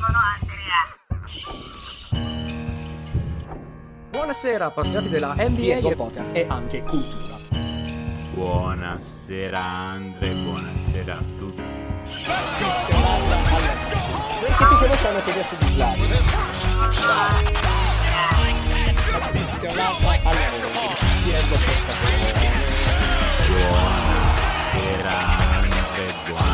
sono Andrea. Buonasera appassionati della NBA e podcast e anche cultura. Buonasera Andre, buonasera a tutti. Che ti conoscono che adesso di Slavi. Buonasera Andre,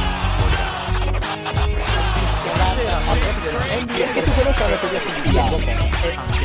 buonasera. Che ti conoscono che adesso di Slavi e anche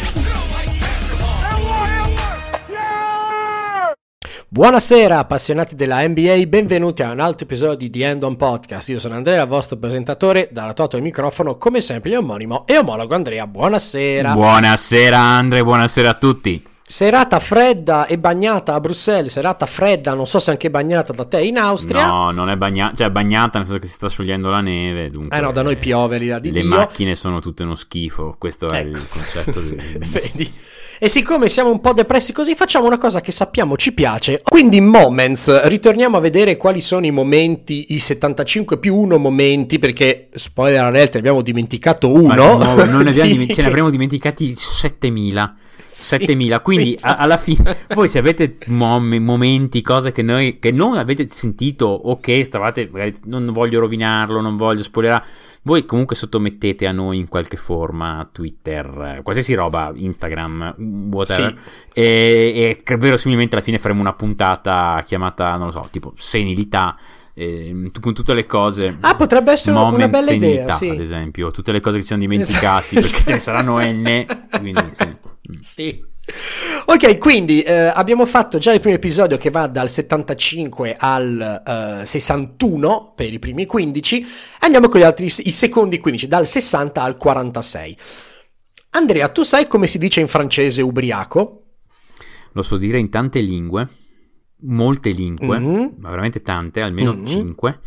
Buonasera appassionati della NBA, benvenuti a un altro episodio di The End On Podcast. Io sono Andrea, il vostro presentatore, dalla Toto al microfono, come sempre il omonimo e omologo Andrea. Buonasera. Buonasera Andre, buonasera a tutti. Serata fredda e bagnata a Bruxelles, serata fredda, non so se anche bagnata da te in Austria. No, non è bagnata, cioè è bagnata nel senso che si sta sciogliendo la neve, dunque. No, da noi piove, l'ira di le Dio. Le macchine sono tutte uno schifo, questo è il concetto Vedi? E siccome siamo un po' depressi così, facciamo una cosa che sappiamo ci piace. Quindi Moments, ritorniamo a vedere quali sono i momenti, i 75 più 1 momenti, perché, spoiler alert, ne abbiamo dimenticato uno. No, non ne abbiamo ce ne avremmo dimenticati 7000. 7000, quindi alla fine voi se avete momenti, cose che non avete sentito o che stavate, magari, non voglio rovinarlo, non voglio spoilerare, voi comunque sottomettete a noi in qualche forma, Twitter, qualsiasi roba, Instagram, whatever, sì. E verosimilmente alla fine faremo una puntata chiamata, non lo so, tipo senilità, con tutte le cose. Potrebbe essere una bella idea, sì. Ad esempio, tutte le cose che ci siamo dimenticati, perché ce ne saranno n, quindi sì. Sì. Ok, quindi abbiamo fatto già il primo episodio che va dal 75 al 61 per i primi 15. Andiamo con gli altri, i secondi 15, dal 60 al 46. Andrea, tu sai come si dice in francese ubriaco? Lo so dire in tante lingue, molte lingue, ma veramente tante, almeno 5.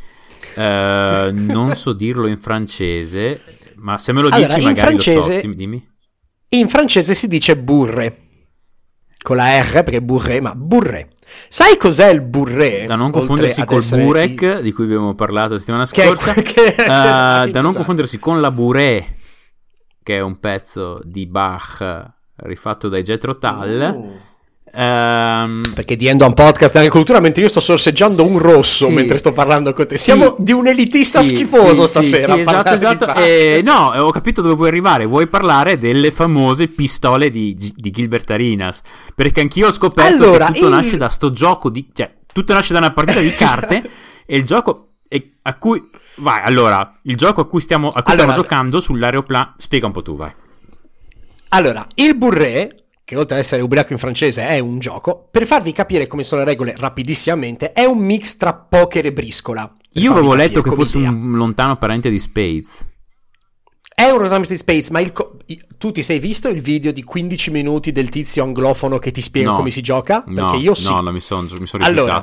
Non so dirlo in francese, ma se me lo dici magari francese, lo so. Dimmi. In francese si dice bourré, con la R perché bourré, ma bourré. Sai cos'è il bourré? Da non confondersi col burek, di cui abbiamo parlato la settimana scorsa, da non confondersi con la bourrée, che è un pezzo di Bach rifatto dai Jethro Tull. Perché di End On Podcast e anche cultura, mentre io sto sorseggiando un rosso mentre sto parlando con te. Siamo di un elitista schifoso stasera. Sì, esatto. No, ho capito dove vuoi arrivare. Vuoi parlare delle famose pistole di Gilbert Arenas, perché anch'io ho scoperto che tutto nasce da sto gioco tutto nasce da una partita di carte e il gioco a cui il gioco a cui stiamo giocando sull'aeroplano. Spiega un po' tu, vai. Allora, il bourré, che oltre ad essere ubriaco in francese è un gioco, per farvi capire come sono le regole rapidissimamente, è un mix tra poker e briscola. Io avevo letto che fosse un lontano parente di Spades. È un lontano parente di Spades, ma tu ti sei visto il video di 15 minuti del tizio anglofono che ti spiega come si gioca? Perché io sì. No, mi sono rifiutato. Allora,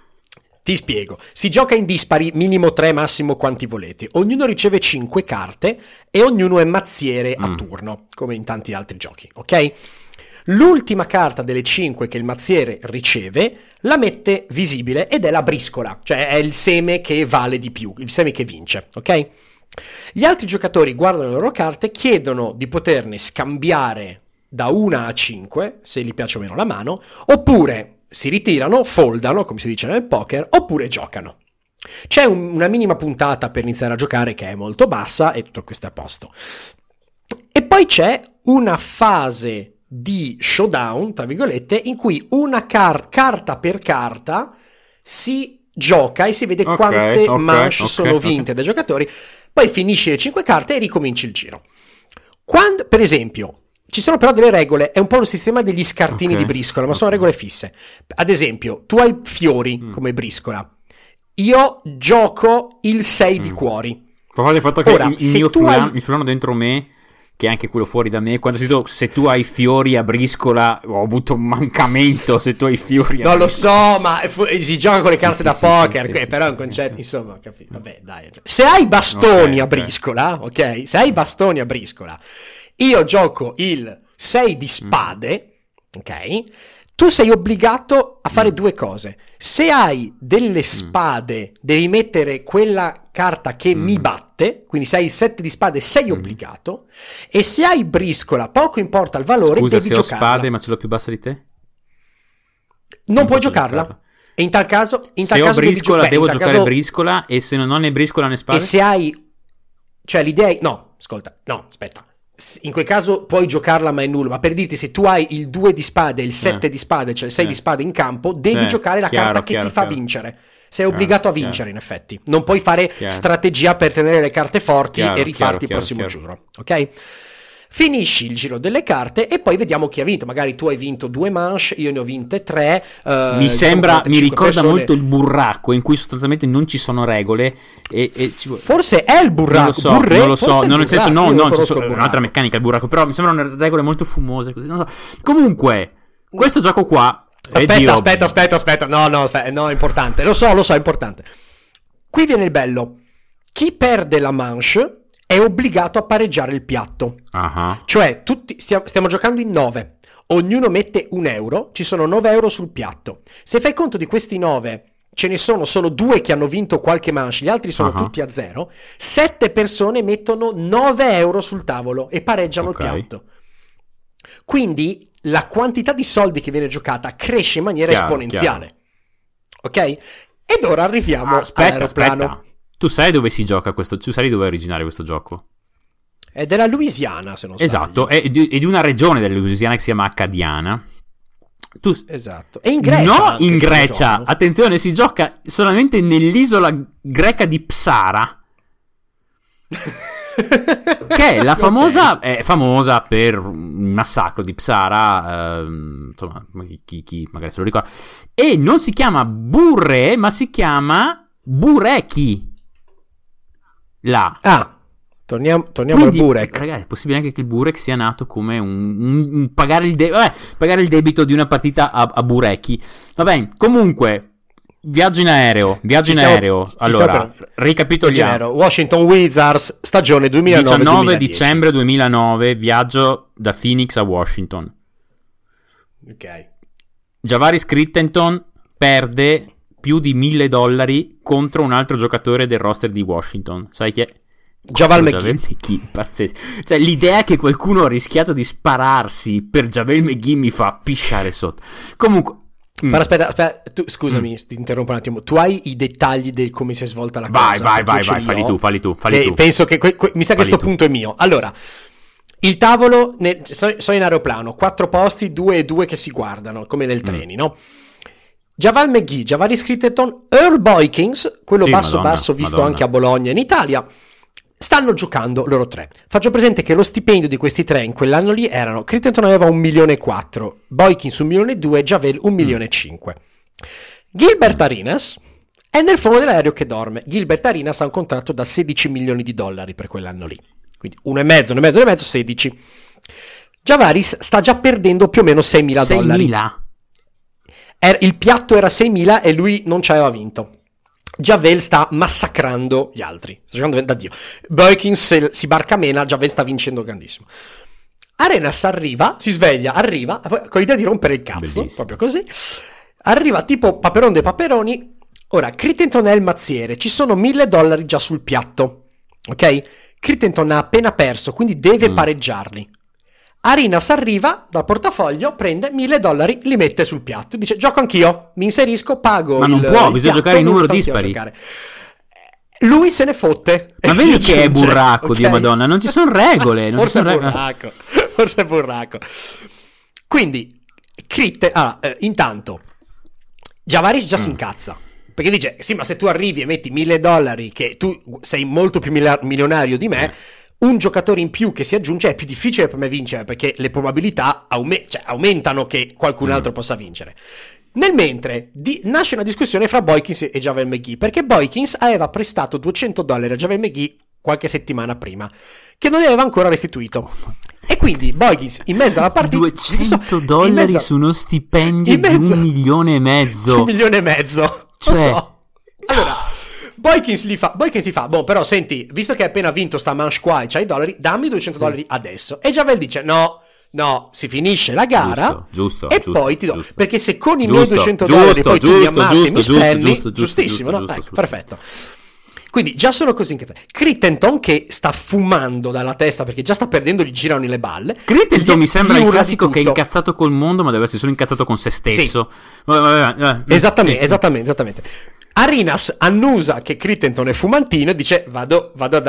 ti spiego. Si gioca in dispari, minimo 3, massimo quanti volete. Ognuno riceve 5 carte e ognuno è mazziere a turno, come in tanti altri giochi, ok? L'ultima carta delle 5 che il mazziere riceve la mette visibile ed è la briscola, cioè è il seme che vale di più, il seme che vince, ok? Gli altri giocatori guardano le loro carte, chiedono di poterne scambiare da 1 a 5, se gli piace o meno la mano, oppure si ritirano, foldano, come si dice nel poker, oppure giocano. C'è una minima puntata per iniziare a giocare che è molto bassa e tutto questo è a posto. E poi c'è una fase di showdown, tra virgolette, in cui una carta per carta si gioca e si vede quante manche sono vinte dai giocatori, poi finisci le 5 carte e ricominci il giro. Quando, per esempio, ci sono però delle regole, è un po' lo sistema degli scartini di briscola, ma sono regole fisse. Ad esempio, tu hai fiori come briscola, io gioco il 6 di cuori. Proprio il fatto che ora, il fulano dentro me, che è anche quello fuori da me, quando sento se tu hai fiori a briscola, ho avuto un mancamento se tu hai fiori a briscola. Non lo so, ma si gioca con le carte da poker, però è un concetto, insomma, capito? Vabbè, dai. Se hai bastoni a briscola, ok? Se hai bastoni a briscola, io gioco il 6 di spade, ok? Tu sei obbligato a fare due cose. Se hai delle spade, devi mettere quella carta che mi batte, quindi se hai il 7 di spade sei obbligato, e se hai briscola, poco importa il valore, Scusa, devi se giocarla. ho spade ma ce l'ho più bassa di te? Non puoi giocarla. E in tal caso, se ho briscola devo giocare caso... briscola, e se non ho né briscola né spade? E se hai... Cioè l'idea è... No, ascolta, no, aspetta. In quel caso puoi giocarla ma è nullo, ma per dirti, se tu hai il 2 di spade e il 7 di spade, cioè il 6 di spade in campo, devi giocare la carta che ti fa vincere. Sei obbligato a vincere, in effetti. Non puoi fare strategia per tenere le carte forti e rifarti il prossimo giro, ok? Finisci il giro delle carte e poi vediamo chi ha vinto. Magari tu hai vinto 2 manche, io ne ho vinte 3. Mi ricorda molto il burraco, in cui sostanzialmente non ci sono regole. Forse è il burraco. Non lo so, non nel senso, no, c'è un'altra meccanica il burraco, però mi sembrano regole molto fumose. Così, non so. Comunque, questo gioco qua. Aspetta. No, è importante. Lo so, è importante. Qui viene il bello. Chi perde la manche è obbligato a pareggiare il piatto. Cioè, tutti stiamo giocando in 9. Ognuno mette €1. Ci sono 9 euro sul piatto. Se fai conto di questi 9, ce ne sono solo 2 che hanno vinto qualche manche, gli altri sono tutti a 0. 7 persone mettono 9 euro sul tavolo e pareggiano il piatto. Quindi la quantità di soldi che viene giocata cresce in maniera esponenziale. Ok? Ed ora arriviamo all'aeroplano. Aspetta. Tu sai dove si gioca questo? Tu sai dove è originario questo gioco? È della Louisiana, se non sbaglio. Esatto, è di una regione della Louisiana che si chiama Acadiana. Esatto. E in Grecia. No, in Grecia. Attenzione, si gioca solamente nell'isola greca di Psara. Che è la famosa, è famosa per il massacro di Psara, insomma, chi magari se lo ricorda. E non si chiama Burre, ma si chiama Bureki. Torniamo al Burek. Ragazzi, è possibile anche che il Burek sia nato come un pagare il debito di una partita a Bureki. Va bene, comunque, viaggio in aereo. Allora, ricapitoliamo. Washington Wizards, stagione 2009-2010. 19 dicembre 2009, viaggio da Phoenix a Washington. Ok. Javaris Crittenton perde più di $1,000 contro un altro giocatore del roster di Washington. Sai chi è? Javel McGee. Pazzesco. Cioè, l'idea che qualcuno ha rischiato di spararsi per Javel McGee mi fa pisciare sotto. Comunque. Però aspetta, tu, scusami, ti interrompo un attimo. Tu hai i dettagli del come si è svolta la cosa? Vai, falli tu. Penso che mi sa che questo punto è mio. Allora, il tavolo, sono in aeroplano, 4 posti, 2 e 2 che si guardano, come nel treni, no? Javal McGee, Javaris Crittenton, Earl Boykins, quello basso visto anche a Bologna in Italia, stanno giocando loro 3. Faccio presente che lo stipendio di questi 3 in quell'anno lì erano: Crittenton aveva 1,4 milioni, Boykins 1,2 milioni, Javel 1,5 milioni. Gilbert Arenas è nel fondo dell'aereo che dorme. Gilbert Arenas ha un contratto da $16 milioni per quell'anno lì, quindi 1,5, 16. Javaris sta già perdendo più o meno $6.000. $6.000? Il piatto era 6.000 e lui non ci aveva vinto. Javel sta massacrando gli altri, sta giocando da Dio. Boykins si barcamena, Javel sta vincendo grandissimo. Arenas arriva, si sveglia, arriva con l'idea di rompere il cazzo. Bellissimo. Proprio così. Arriva tipo Paperon dei Paperoni. Ora, Crittenton è il mazziere, ci sono $1.000 già sul piatto, ok? Crittenton ha appena perso, quindi deve pareggiarli. Arenas arriva dal portafoglio, prende $1.000, li mette sul piatto, dice: gioco anch'io, mi inserisco, pago. Ma non può, bisogna giocare in numero dispari. Lui se ne fotte. Ma vedi che è burraco, okay? Dio Madonna, non ci sono regole. Forse è burraco. Quindi, intanto, Javaris già si incazza. Perché dice: sì, ma se tu arrivi e metti $1.000, che tu sei molto più milionario di me, un giocatore in più che si aggiunge, è più difficile per me vincere, perché le probabilità aumentano che qualcun altro possa vincere. Nel mentre nasce una discussione fra Boykins e Javel McGee, perché Boykins aveva prestato $200 a Javel McGee qualche settimana prima, che non gli aveva ancora restituito. E quindi Boykins, in mezzo alla partita, $200 su uno stipendio di $1,5 milioni. $1,5 milioni. Lo so. Allora Boykins gli fa, però senti, visto che hai appena vinto sta manche qua e c'hai i dollari, dammi $200 adesso. E Javel dice: no, si finisce la gara giusto, poi ti do, perché se con i miei $200 poi tu mi ammazzi e mi spenni, giustissimo, no? Ecco, perfetto. Quindi già sono così incazzati. Crittenton che sta fumando dalla testa perché già sta perdendo, gli girano le balle. Crittenton mi sembra il classico che è incazzato col mondo ma deve essere solo incazzato con se stesso. Sì. Esattamente. Arenas annusa che Crittenton è fumantino e dice vado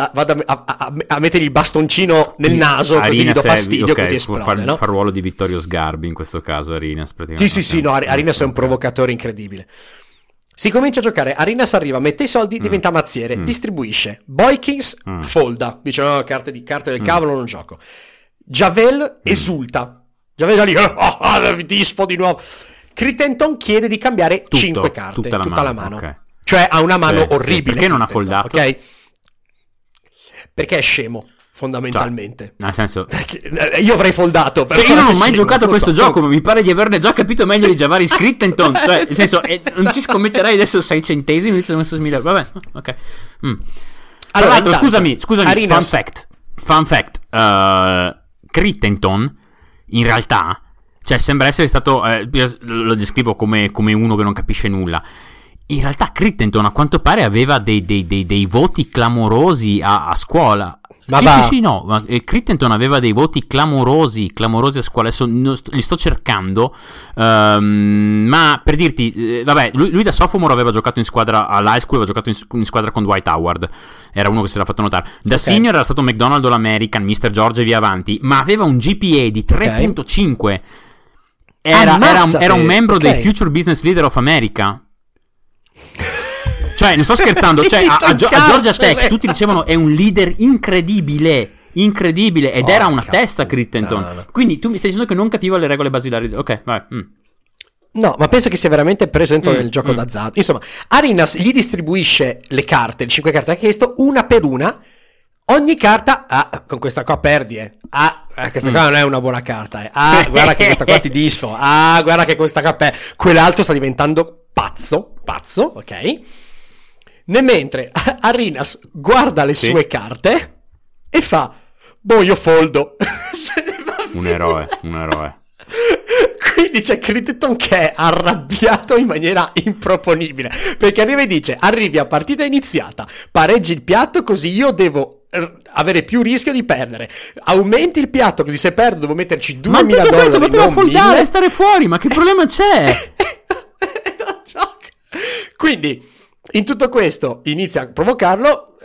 a mettergli il bastoncino nel naso, così gli do fastidio, così esplode, no? Fa ruolo di Vittorio Sgarbi in questo caso Arenas praticamente. Sì, no, Arenas è un provocatore incredibile. Si comincia a giocare, Arenas arriva, mette i soldi, diventa mazziere, distribuisce. Boykins folda, dice no, carte del cavolo non gioco. Javel esulta. Javel lì, disfo di nuovo. Crittenton chiede di cambiare 5 carte, tutta la mano. Okay. Cioè ha una mano orribile. Sì, perché non ha foldato? Ok? Perché è scemo, fondamentalmente. Nel senso... Io avrei foldato. Cioè, io non ho mai giocato a questo gioco, ma mi pare di averne già capito meglio di Javaris Crittenton. Cioè, nel senso, non ci scommetterei adesso 6 centesimi, vabbè, ok. Allora, l'altro, scusami, Arenas... fun fact. Crittenton, in realtà... Cioè, sembra essere stato... lo descrivo come uno che non capisce nulla. In realtà Crittenton, a quanto pare, aveva dei voti clamorosi a scuola. Ma Crittenton aveva dei voti clamorosi a scuola. Adesso li sto cercando. Ma per dirti... vabbè, lui da sophomore aveva giocato in squadra all'high school, aveva giocato in squadra con Dwight Howard. Era uno che se l'ha fatto notare. Da senior era stato McDonald All-American, Mr. George e via avanti. Ma aveva un GPA di 3.5. Era un membro dei Future Business Leader of America. Cioè, non sto scherzando. Cioè, a Georgia Tech tutti dicevano è un leader incredibile. Ed era una testa Crittenton. Quindi tu mi stai dicendo che non capiva le regole basilari. Ok, vai. No, ma penso che sia veramente preso dentro nel gioco d'azzardo. Insomma, Arenas gli distribuisce le carte, le 5 carte che ha chiesto, una per una. Ogni carta, con questa qua perdi, questa qua non è una buona carta, guarda che questa qua ti disfo, guarda che questa qua quell'altro sta diventando pazzo, ok? Mentre Arenas guarda le sue carte e fa, io foldo. Se ne va via. Un eroe. Quindi c'è Crittenton che è arrabbiato in maniera improponibile, perché arriva e dice, arrivi a partita iniziata, pareggi il piatto così io devo avere più rischio di perdere, aumenti il piatto così se perdo devo metterci $2.000. Ma tutto questo poteva foldare e stare fuori, ma che problema c'è? Non gioca. Quindi in tutto questo inizia a provocarlo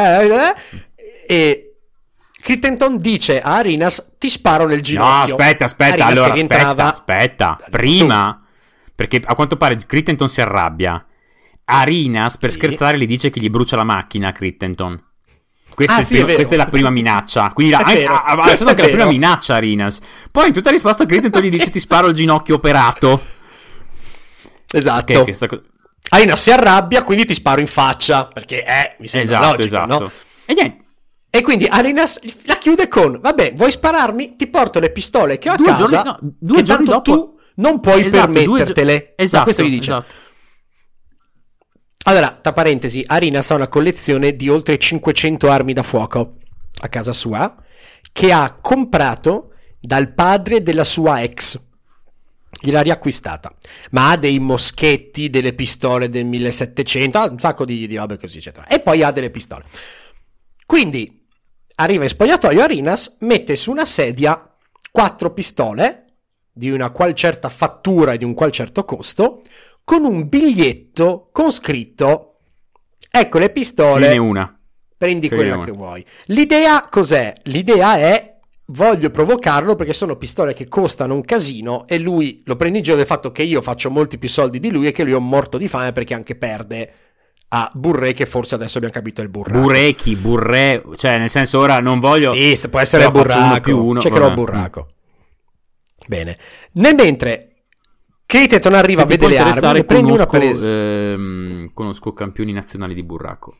e Crittenton dice a Arenas ti sparo nel ginocchio. No, aspetta, allora aspetta. Prima, perché a quanto pare Crittenton si arrabbia, Arenas per scherzare gli dice che gli brucia la macchina a Crittenton. Questa è la prima minaccia. Quindi è stata la prima minaccia Arenas. Poi in tutta risposta Crittenton gli dice ti sparo il ginocchio operato. Esatto. Arenas si arrabbia, quindi ti sparo in faccia, perché mi sembra logico, esatto. No? E niente. E quindi Arenas la chiude con vabbè, vuoi spararmi? Ti porto le pistole che ho a casa. Due giorni dopo tu non puoi permettertele. Esatto, questo gli dice. Esatto. Allora, tra parentesi, Arenas ha una collezione di oltre 500 armi da fuoco a casa sua che ha comprato dal padre della sua ex. Gliel'ha riacquistata, ma ha dei moschetti, delle pistole del 1700, un sacco di robe così eccetera, e poi ha delle pistole. Quindi arriva in spogliatoio Arenas, mette su una sedia 4 pistole di una qual certa fattura e di un qual certo costo, con un biglietto con scritto ecco le pistole, tiene una, prendi quella che vuoi. L'idea cos'è? L'idea è voglio provocarlo perché sono pistole che costano un casino e lui lo prende in giro del fatto che io faccio molti più soldi di lui e che lui è morto di fame perché anche perde a Burre, che forse adesso abbiamo capito è il burraco. Cioè nel senso ora non voglio... Sì, può essere il burraco, c'è che lo burraco. Bene. Mentre Crittenton arriva a vedere le armi e prende una presa. Conosco campioni nazionali di burraco.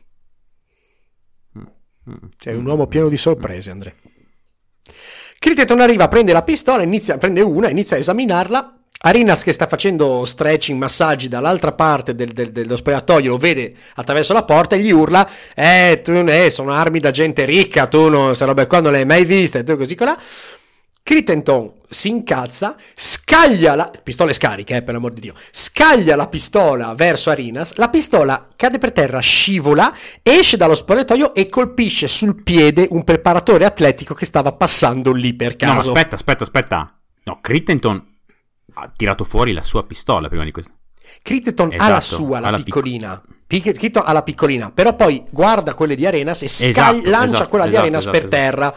Sei un uomo pieno di sorprese, Andrea. Crittenton arriva, prende la pistola, prende una, inizia a esaminarla. Arenas che sta facendo stretching, massaggi dall'altra parte dello spogliatoio lo vede attraverso la porta e gli urla sono armi da gente ricca, tu queste robe qua non le hai mai viste, tu così colà. Crittenton si incazza, scaglia la pistola è scarica, per l'amor di Dio, scaglia la pistola verso Arenas, la pistola cade per terra, scivola, esce dallo spogliatoio e colpisce sul piede un preparatore atletico che stava passando lì per caso. No, aspetta. No, Crittenton ha tirato fuori la sua pistola prima di questo. Crittenton ha la sua, la piccolina. Crittenton ha la piccolina, però poi guarda quelle di Arenas e lancia quella di Arenas per terra.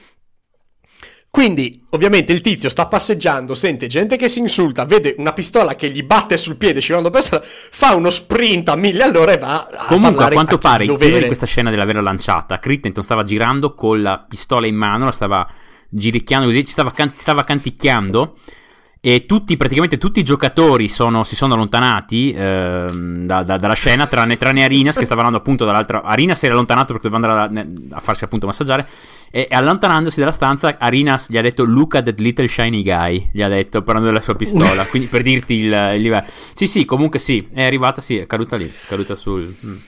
Quindi, ovviamente, il tizio sta passeggiando, sente gente che si insulta, vede una pistola che gli batte sul piede scivolando per strada, fa uno sprint a 1000 all'ora e va a comunque, a quanto pare, prima di questa scena dell'averla lanciata, Crittenton stava girando con la pistola in mano, la stava giricchiando così, stava canticchiando, e praticamente tutti i giocatori si sono allontanati dalla scena, tranne Arenas, che stava andando appunto dall'altra. Arenas si era allontanato perché doveva andare a farsi appunto massaggiare, e allontanandosi dalla stanza Arenas gli ha detto "Look at that little shiny guy", gli ha detto, parlando della sua pistola, quindi per dirti il livello. Sì, comunque sì, è arrivata, sì, è caduta lì, caduta sul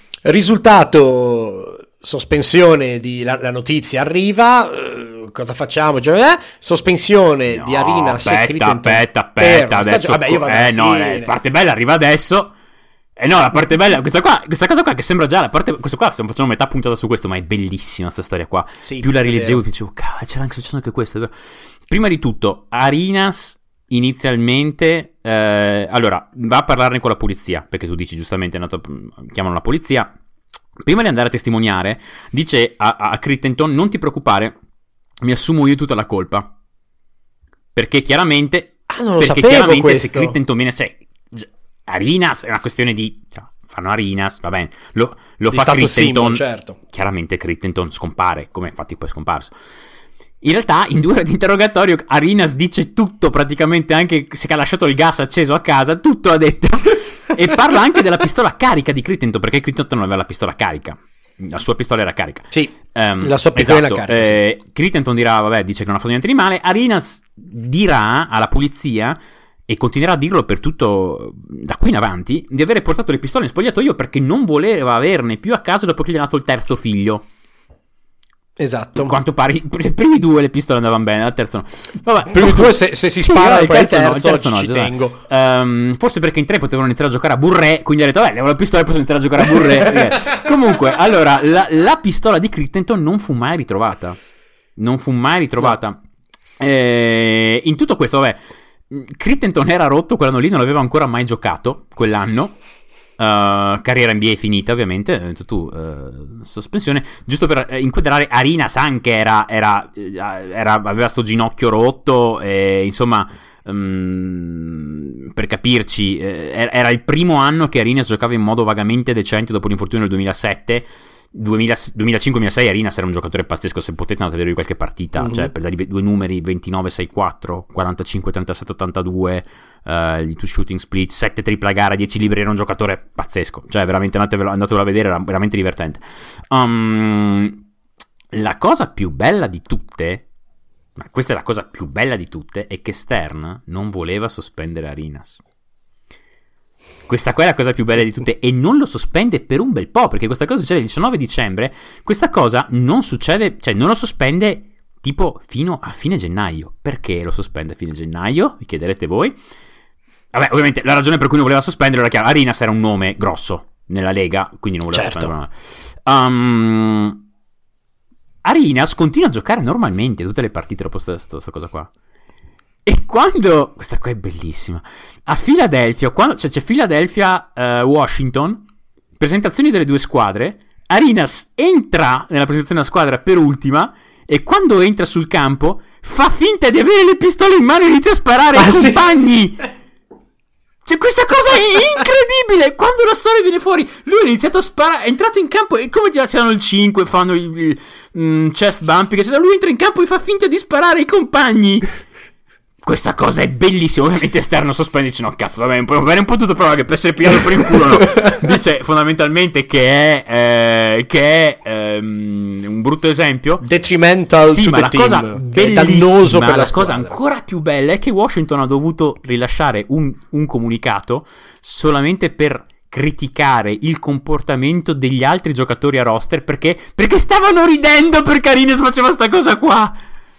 risultato, sospensione la notizia arriva, cosa facciamo? Sospensione di Arenas. Aspetta adesso. Vabbè, io vado la parte bella arriva adesso. No, la parte bella, questa cosa qua che sembra già la parte, questo qua stiamo facendo metà puntata su questo, ma è bellissima sta storia qua. Sì, più la rileggevo più dicevo, cavolo, c'era anche successo anche questo. Prima di tutto, Arenas inizialmente allora va a parlarne con la polizia, perché tu dici giustamente chiamano la polizia. Prima di andare a testimoniare dice a Crittenton: non ti preoccupare, mi assumo io tutta la colpa, perché chiaramente se Crittenton viene Arenas è una questione di fanno Arenas, va bene, lo fa Crittenton, certo. Chiaramente Crittenton scompare, come infatti poi è scomparso. In realtà in 2 ore di interrogatorio Arenas dice tutto, praticamente, anche se ha lasciato il gas acceso a casa, tutto ha detto. E parla anche della pistola carica di Crittenton, perché Crittenton non aveva la pistola carica, la sua pistola era carica. Sì, la sua pistola era carica. Sì. Crittenton dirà, vabbè, dice che non ha fatto niente di male. Arenas dirà alla polizia, e continuerà a dirlo per tutto da qui in avanti, di avere portato le pistole in spogliatoio perché non voleva averne più a casa dopo che gli è nato il terzo figlio. Esatto. A quanto pare, per i primi 2 le pistole andavano bene, al terzo no. Vabbè, per i 2 se si spara, poi il terzo no, ci tengo. Forse perché in 3 potevano iniziare a giocare a burré, quindi ha detto, levo la pistola e posso iniziare a giocare a burré. Comunque, allora, la pistola di Crittenton non fu mai ritrovata. No. In tutto questo, vabbè, Crittenton era rotto quell'anno lì, non aveva ancora mai giocato quell'anno. Carriera NBA finita, ovviamente. Hai detto tu, sospensione. Giusto per inquadrare, Arenas anche aveva sto ginocchio rotto, e insomma, per capirci, era il primo anno che Arenas giocava in modo vagamente decente dopo l'infortunio nel 2007. 2005-2006 Arenas era un giocatore pazzesco, se potete andate a vedere qualche partita, cioè per dare 2 numeri: 29-6-4, 45-37-82, gli 2 shooting split, 7 triple a gara, 10 liberi. Era un giocatore pazzesco, cioè veramente andatevelo a vedere, era veramente divertente. La cosa più bella di tutte, ma questa è la cosa più bella di tutte, è che Stern non voleva sospendere Arenas. Questa qua è la cosa più bella di tutte, e non lo sospende per un bel po', perché questa cosa succede il 19 dicembre. Questa cosa non succede, cioè non lo sospende tipo fino a fine gennaio. Perché lo sospende a fine gennaio? Vi chiederete voi. Vabbè, ovviamente la ragione per cui non voleva sospendere era chiaro: Arenas era un nome grosso nella Lega, quindi non voleva sospendere. Arenas continua a giocare normalmente tutte le partite dopo questa cosa qua. E quando, questa qua è bellissima, a Philadelphia, quando c'è Philadelphia Washington, presentazioni delle 2 squadre, Arenas entra nella presentazione della squadra per ultima, e quando entra sul campo fa finta di avere le pistole in mano e inizia a sparare ai compagni. Cioè, questa cosa è incredibile. Quando la storia viene fuori, lui ha iniziato a sparare, è entrato in campo, e come ti lasciano il 5, fanno il chest bumping, lui entra in campo e fa finta di sparare ai compagni. Questa cosa è bellissima. Ovviamente Esterno sospende e dice: no, cazzo, va bene un po' tutto, però che per essere pigliato per il culo, no. Dice fondamentalmente che è un brutto esempio, detrimental to ma the la cosa bellissima, dannoso per la cosa squadra. Ancora più bella è che Washington ha dovuto rilasciare un comunicato solamente per criticare il comportamento degli altri giocatori a roster, perché stavano ridendo perché Arenas faceva sta cosa qua.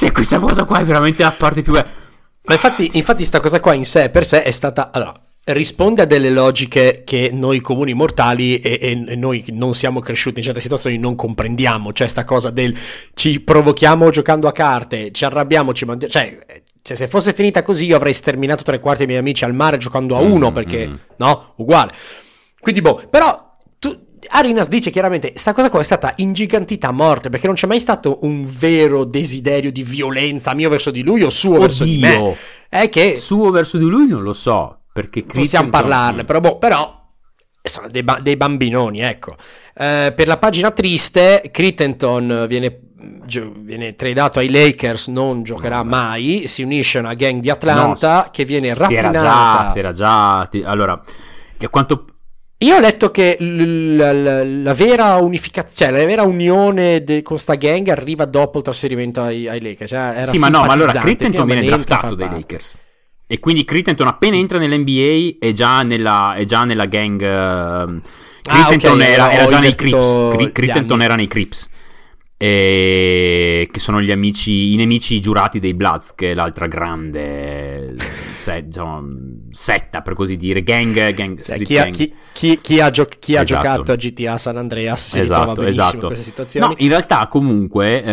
Cioè, questa cosa qua è veramente la parte più bella. Ma infatti sta cosa qua in sé per sé è stata... Allora, risponde a delle logiche che noi comuni mortali e noi che non siamo cresciuti in certe situazioni non comprendiamo. Cioè, sta cosa del ci provochiamo giocando a carte, ci arrabbiamo, cioè, se fosse finita così io avrei sterminato 3/4 dei miei amici al mare giocando a uno, perché, no? Uguale. Quindi, però... Arinas dice chiaramente sta cosa qua è stata ingigantita a morte, perché non c'è mai stato un vero desiderio di violenza mio verso di lui o suo verso di me. È che suo verso di lui non lo so, perché possiamo parlarne, però sono dei bambinoni, ecco. Per la pagina triste, Crittenton viene tradato ai Lakers, non giocherà mai, si unisce a una gang di Atlanta che viene rapinata. Si era già allora, che quanto... Io ho letto che la vera unificazione, la vera unione con sta gang arriva dopo il trasferimento ai Lakers. Cioè era sì, ma no, ma allora Crittenton viene draftato dai Lakers. E quindi Crittenton appena entra nell'NBA è già nella gang. Crittenton era già nei Crips. Crittenton era nei Crips. Che sono i nemici giurati dei Bloods, che è l'altra grande setta, per così dire, gang. Chi ha giocato a GTA San Andreas si ritrova benissimo in queste situazioni. No, in realtà comunque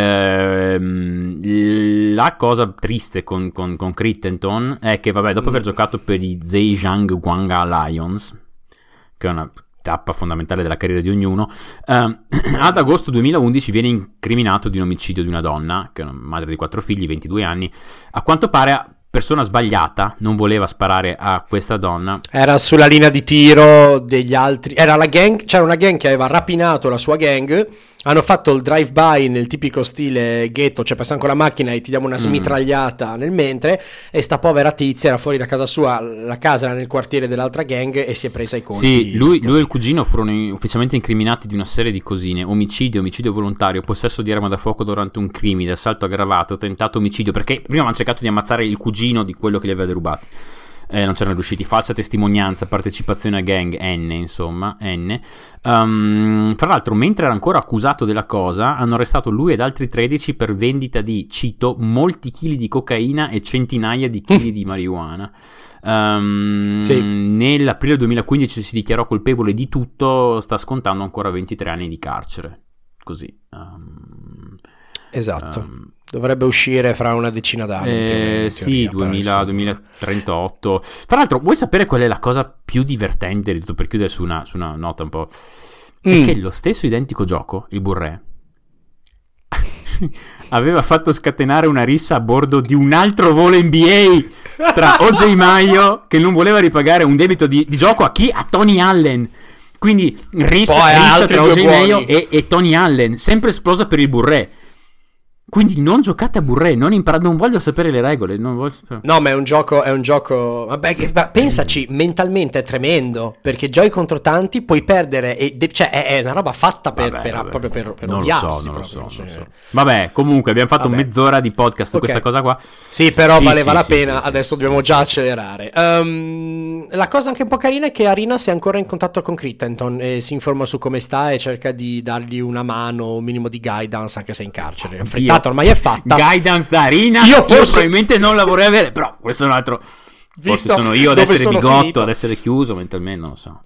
la cosa triste con Crittenton è che dopo aver giocato per i Zhejiang Guangzhou Lions, che è una tappa fondamentale della carriera di ognuno, ad agosto 2011 viene incriminato di un omicidio di una donna, che è una madre di 4 figli, 22 anni. A quanto pare persona sbagliata, non voleva sparare a questa donna. Era sulla linea di tiro degli altri, era la gang, c'era una gang che aveva rapinato la sua gang, hanno fatto il drive-by nel tipico stile ghetto, cioè passano con la macchina e ti diamo una smitragliata nel mentre, e sta povera tizia era fuori da casa sua, la casa era nel quartiere dell'altra gang e si è presa i conti. Sì, lui e il cugino furono ufficialmente incriminati di una serie di cosine: omicidio volontario, possesso di arma da fuoco durante un crimine, assalto aggravato, tentato omicidio, perché prima avevano cercato di ammazzare il cugino di quello che li aveva derubati. Non c'erano riusciti. Falsa testimonianza, partecipazione a gang, N. Tra l'altro, mentre era ancora accusato della cosa, hanno arrestato lui ed altri 13 per vendita di, cito, molti chili di cocaina e centinaia di chili di marijuana. Sì. Nell'aprile 2015 si dichiarò colpevole di tutto, sta scontando ancora 23 anni di carcere. Così. Esatto. Dovrebbe uscire fra una decina d'anni. Sì, 2038. Tra l'altro, vuoi sapere qual è la cosa più divertente di tutto, per chiudere su una nota un po'? È che lo stesso identico gioco, il Burré, aveva fatto scatenare una rissa a bordo di un altro volo NBA tra O.J. Mayo, che non voleva ripagare un debito di gioco a chi? A Tony Allen. Quindi rissa tra O.J. Mayo e Tony Allen, sempre esplosa per il Burré. Quindi non giocate a Burré, non voglio sapere le regole, No, ma è un gioco, vabbè, pensaci, mentalmente è tremendo, perché giochi contro tanti, puoi perdere, cioè è una roba fatta proprio per odiarsi. Non lo so. Vabbè, comunque abbiamo fatto mezz'ora di podcast su questa cosa qua. Sì, però valeva la pena, adesso dobbiamo già accelerare. La cosa anche un po' carina è che Arinas è ancora in contatto con Crittenton e si informa su come sta e cerca di dargli una mano, un minimo di guidance, anche se è in carcere. Ormai è fatta. Guidance da Arinas io probabilmente non la vorrei avere, però questo è un altro. Forse sono io ad essere bigotto, finito, ad essere chiuso mentalmente, non lo so.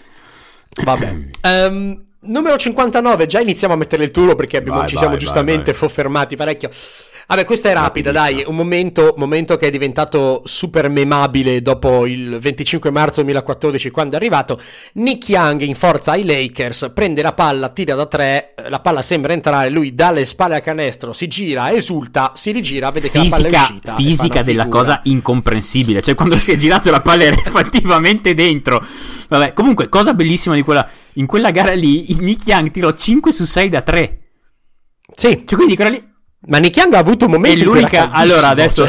Vabbè. Numero 59, già iniziamo a mettere il turno perché ci siamo giustamente soffermati parecchio. Vabbè, questa è rapida, dai, un momento che è diventato super memabile dopo il 25 marzo 2014 quando è arrivato. Nick Young in forza ai Lakers, prende la palla, tira da 3, la palla sembra entrare, lui dà le spalle al canestro, si gira, esulta, si rigira, vede che la palla è uscita. Fisica della cosa incomprensibile, cioè quando si è girato la palla era effettivamente dentro. Vabbè, comunque, cosa bellissima di in quella gara lì, Nick Young tirò 5 su 6 da 3. Sì, cioè, quindi quella lì. Ma Nick Young ha avuto un momento. E l'unica. Allora, adesso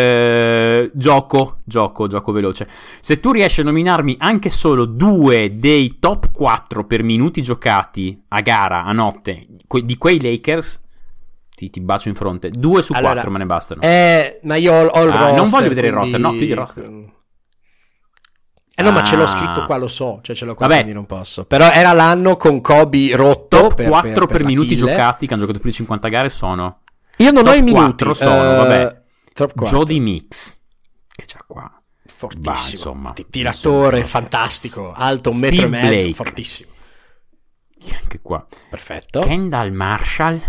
gioco veloce. Se tu riesci a nominarmi anche solo 2 dei top 4 per minuti giocati a gara, a notte, di quei Lakers, ti bacio in fronte. 2 su 4 me ne bastano. Ma io ho il roster. Non voglio vedere il roster, no, chiudi il roster. No, ma ce l'ho scritto qua, lo so, cioè ce l'ho qua, quindi non posso. Però era l'anno con Kobe rotto. Top 4 per minuti giocati, che hanno giocato più di 50 gare, sono Io non ho i minuti. 4 sono, vabbè, top 4. Jody Mix, che c'ha qua. Fortissimo. Bah, insomma, tiratore fantastico, alto 1,5 Steve metri, Blake. fortissimo. Anche qua. Perfetto. Kendall Marshall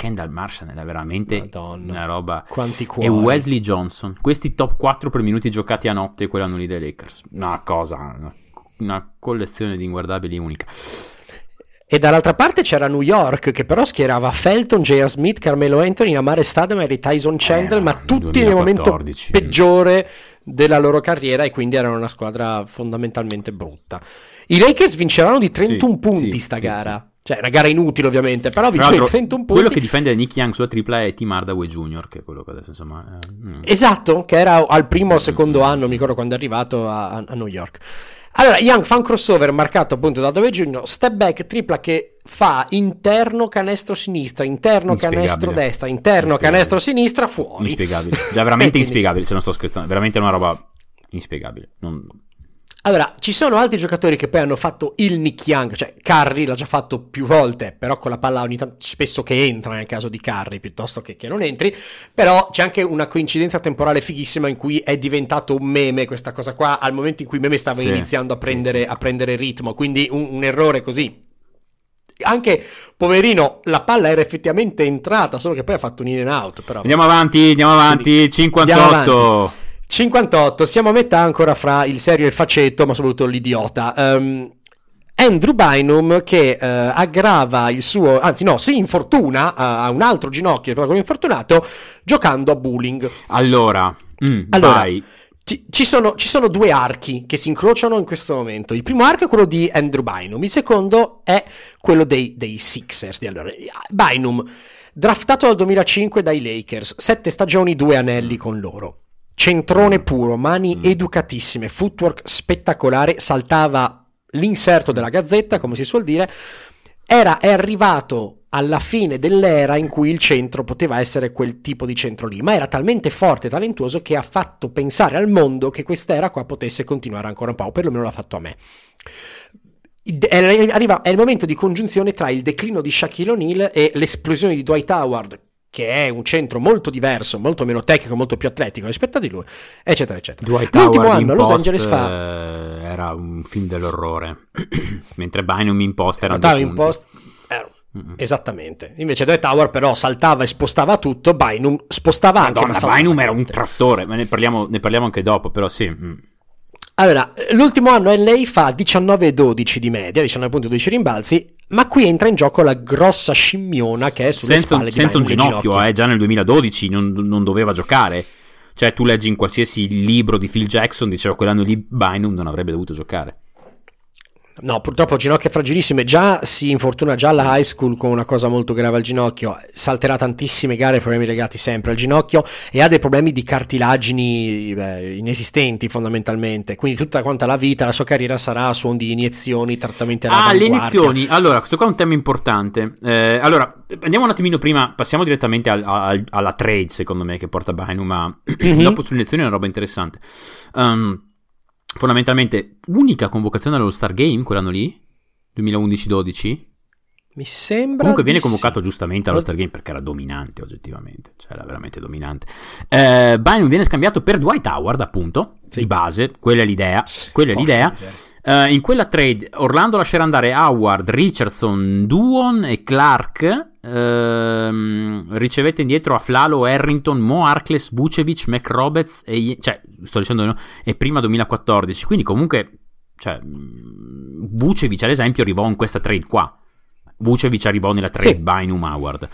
è veramente Madonna. una roba. Quanti cuori. E Wesley Johnson. Questi top 4 per minuti giocati a notte, quell'anno lì dei Lakers. Una cosa, una collezione di inguardabili unica. E dall'altra parte c'era New York, che però schierava Felton, J.R. Smith, Carmelo Anthony, Amare Stoudemire e Tyson Chandler, ma tutti nel momento peggiore della loro carriera, e quindi erano una squadra fondamentalmente brutta. I Lakers vinceranno di 31 punti sta gara. Cioè, una gara inutile ovviamente, però vince di 31 punti. Quello che difende Nick Young sulla tripla è Tim Hardaway Jr., che è quello che adesso insomma... Esatto, che era al primo o secondo anno, mi ricordo quando è arrivato a New York. Allora, Young fa un crossover marcato appunto da Hardaway Jr., step back, tripla che fa interno canestro sinistra, interno canestro destra, interno canestro sinistra, fuori. Inspiegabile, già veramente inspiegabile, se non sto scherzando, veramente una roba inspiegabile. Allora, ci sono altri giocatori che poi hanno fatto il Nick Young, cioè Curry l'ha già fatto più volte, però con la palla ogni tanto spesso che entra nel caso di Curry piuttosto che non entri, però c'è anche una coincidenza temporale fighissima in cui è diventato un meme questa cosa qua, al momento in cui il meme stava iniziando a prendere ritmo, quindi un errore così. Anche, poverino, la palla era effettivamente entrata, solo che poi ha fatto un in and out. Però. Andiamo avanti, quindi, 58. Andiamo avanti. 58, siamo a metà ancora fra il serio e il faceto, ma soprattutto l'idiota. Andrew Bynum che aggrava il suo, si infortuna a un altro ginocchio, quello infortunato, giocando a bowling. Allora vai. Ci sono due archi che si incrociano in questo momento. Il primo arco è quello di Andrew Bynum, il secondo è quello dei Sixers. Allora, Bynum, draftato dal 2005 dai Lakers, 7 stagioni, 2 anelli con loro. Centrone puro, mani educatissime, footwork spettacolare, saltava l'inserto della gazzetta, come si suol dire. È arrivato alla fine dell'era in cui il centro poteva essere quel tipo di centro lì, ma era talmente forte e talentuoso che ha fatto pensare al mondo che quest'era qua potesse continuare ancora un po', o perlomeno l'ha fatto a me. È il momento di congiunzione tra il declino di Shaquille O'Neal e l'esplosione di Dwight Howard, che è un centro molto diverso, molto meno tecnico, molto più atletico rispetto a di lui, eccetera, eccetera. Dwight L'ultimo Howard anno a Los Angeles era un film dell'orrore, mentre Bynum in post era esattamente. Invece Dwight Howard però saltava e spostava tutto, Bynum spostava anche. Bynum era un trattore, ma ne parliamo anche dopo, però sì. Allora, l'ultimo anno LA fa 19-12 di media, 19.12 rimbalzi, ma qui entra in gioco la grossa scimmiona che è sulle spalle di senza un Bynum, ginocchio, già nel 2012 non doveva giocare. Cioè, tu leggi in qualsiasi libro di Phil Jackson, diceva quell'anno lì Bynum non avrebbe dovuto giocare. No, purtroppo ginocchia fragilissime, già si infortuna già alla high school con una cosa molto grave al ginocchio, salterà tantissime gare, problemi legati sempre al ginocchio, e ha dei problemi di cartilagini inesistenti fondamentalmente, quindi tutta quanta la vita, la sua carriera sarà a suon di iniezioni, trattamenti all'avanguardia. Le iniezioni, allora questo qua è un tema importante. Allora, andiamo un attimino prima, passiamo direttamente alla trade, secondo me, che porta Bynum a dopo sulle iniezioni è una roba interessante. Fondamentalmente unica convocazione all'All-Star Game quell'anno lì, 2011-12. Mi sembra. Comunque viene convocato giustamente all'All-Star Game perché era dominante oggettivamente, cioè era veramente dominante. Bynum viene scambiato per Dwight Howard, appunto, di base, quella è l'idea. In quella trade Orlando lascerà andare Howard, Richardson, Duon e Clark. Ricevette indietro Aflalo, Harrington, Mo Harkless, Vucevic, McRoberts e prima 2014, quindi comunque Vucevic ad esempio arrivò in questa trade qua. Vucevic arrivò nella trade Bynum Howard.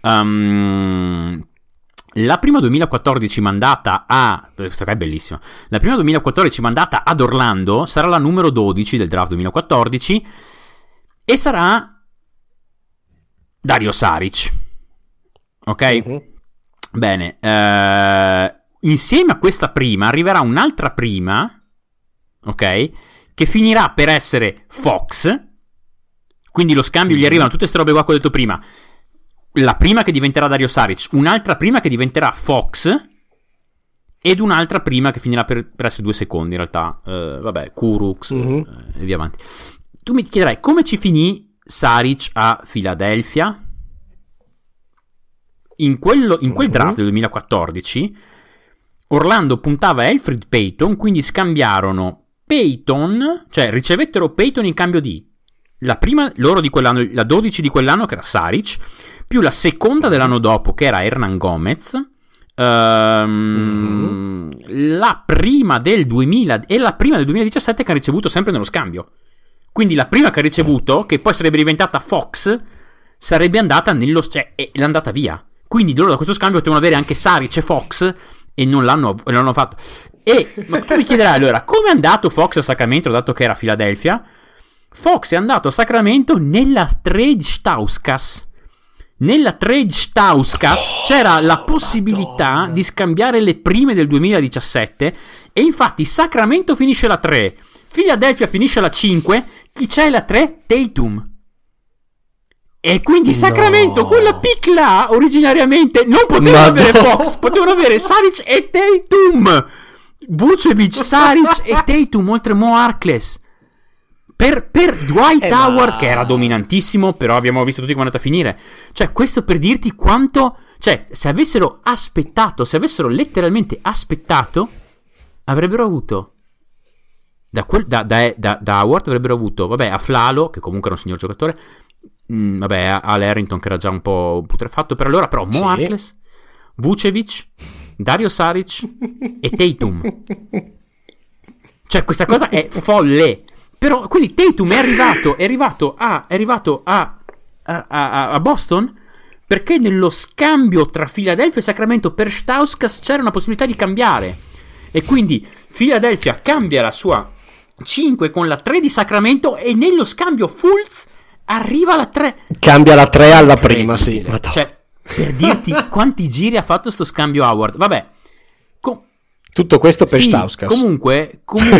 La prima 2014 mandata questa qua è bellissima. La prima 2014 mandata ad Orlando sarà la numero 12 del draft 2014 e sarà Dario Saric. Ok? Bene. Insieme a questa prima arriverà un'altra prima, ok? Che finirà per essere Fox. Quindi lo scambio gli arrivano tutte queste robe qua che ho detto prima. La prima che diventerà Dario Saric, un'altra prima che diventerà Fox ed un'altra prima che finirà per essere 2 secondi in realtà. Kurucs e via avanti. Tu mi chiederai come ci finì Saric a Philadelphia? in quel draft del 2014 Orlando puntava a Elfrid Payton, quindi scambiarono Payton, cioè ricevettero Payton in cambio di la prima loro di quell'anno, la 12 di quell'anno che era Saric, più la seconda dell'anno dopo che era Hernan Gomez, la prima del 2000 e la prima del 2017 che ha ricevuto sempre nello scambio. Quindi la prima che ha ricevuto, che poi sarebbe diventata Fox, sarebbe andata è andata via. Quindi loro da questo scambio potevano avere anche Saric e Fox e non l'hanno fatto. Ma tu mi chiederai allora, come è andato Fox a Sacramento dato che era a Philadelphia? Fox è andato a Sacramento nella trade Stauskas. Nella trade Stauskas c'era la possibilità di scambiare le prime del 2017 e infatti Sacramento finisce la 3, Philadelphia finisce la 5, chi c'è la 3? Tatum. E quindi Sacramento, quella pick là, originariamente non potevano avere Fox, potevano avere Saric e Tatum. Vucevic, Saric e Tatum, oltre Mo Harkless. Per Dwight Howard, che era dominantissimo, però abbiamo visto tutti come è andata a finire. Cioè, questo per dirti quanto... Cioè, se avessero letteralmente aspettato, avrebbero avuto... Da Howard avrebbero avuto, vabbè, a Flalo, che comunque era un signor giocatore... vabbè, Al Harrington che era già un po' putrefatto per allora, però Mo Harkless, Vucevic, Dario Saric e Tatum. Cioè questa cosa è folle. Però quindi Tatum è arrivato a Boston perché nello scambio tra Philadelphia e Sacramento per Stauskas c'era una possibilità di cambiare e quindi Philadelphia cambia la sua 5 con la 3 di Sacramento e nello scambio Fultz arriva alla 3. Cambia la 3 alla prima, sì. Cioè, per dirti quanti giri ha fatto sto scambio Howard. Vabbè. Tutto questo per Stauskas. Comunque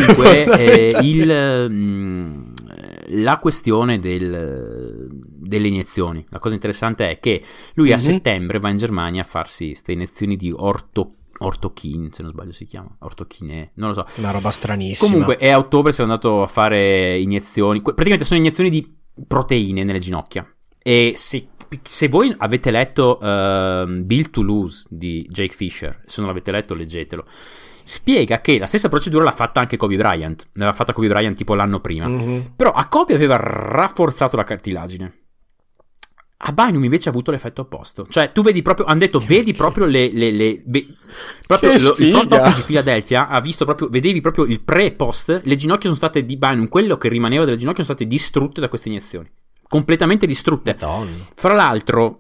la questione delle iniezioni. La cosa interessante è che lui a settembre va in Germania a farsi queste iniezioni di ortochin, se non sbaglio si chiama ortochine, non lo so. Una roba stranissima. Comunque, e a ottobre si è andato a fare iniezioni. Praticamente sono iniezioni di proteine nelle ginocchia. E se voi avete letto Built to Lose di Jake Fisher, se non l'avete letto leggetelo, spiega che la stessa procedura l'ha fatta anche Kobe Bryant. L'aveva fatta Kobe Bryant tipo l'anno prima. Però a Kobe aveva rafforzato la cartilagine. A Bynum invece ha avuto l'effetto opposto. Cioè tu vedi proprio, hanno detto, vedi proprio proprio il front office di Philadelphia ha visto proprio, vedevi proprio il pre e post. Le ginocchia sono state di Bynum, quello che rimaneva delle ginocchia sono state distrutte da queste iniezioni, completamente distrutte. Madonna. Fra l'altro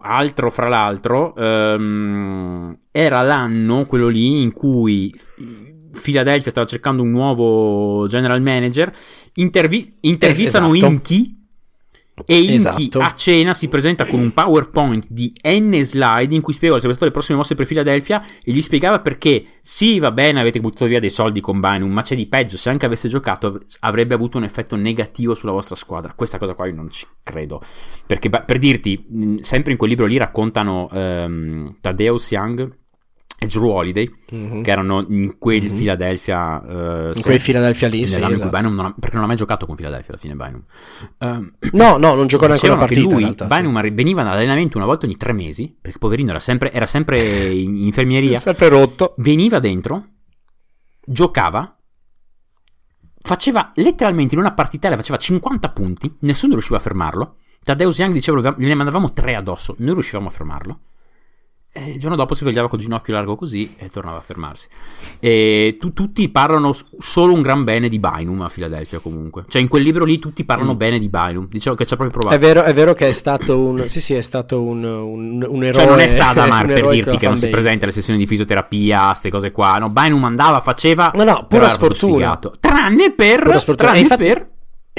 era l'anno quello lì in cui Philadelphia stava cercando un nuovo general manager. Intervistano Inky. E Inky a cena si presenta con un PowerPoint di N slide in cui spiega le prossime mosse per Philadelphia e gli spiegava perché sì, va bene, avete buttato via dei soldi con Bynum, ma c'è di peggio, se anche avesse giocato avrebbe avuto un effetto negativo sulla vostra squadra. Questa cosa qua io non ci credo, perché per dirti, sempre in quel libro lì raccontano Thaddeus Young e Drew Holiday, che erano in quel Philadelphia, in quel Philadelphia lì, sì, esatto. Perché non ha mai giocato con Philadelphia alla fine Bynum. No, non giocò neanche una partita. Lui, in realtà, Bynum veniva all'allenamento una volta ogni 3 mesi, perché poverino era sempre in infermieria, sempre rotto. Veniva dentro, giocava, faceva letteralmente in una partitella faceva 50 punti, nessuno riusciva a fermarlo. Thaddeus Young diceva gliene mandavamo 3 addosso, noi riuscivamo a fermarlo. E il giorno dopo si svegliava col ginocchio largo così e tornava a fermarsi. E tutti parlano solo un gran bene di Bynum a Philadelphia comunque. Cioè in quel libro lì tutti parlano bene di Bynum. Dicevo che ci ha proprio provato. È vero che è stato un eroe. Cioè non è Stadamar per dirti che non si presenta alle sessioni di fisioterapia, ste cose qua. No, Bynum andava, faceva. No, pura sfortuna. Tranne per.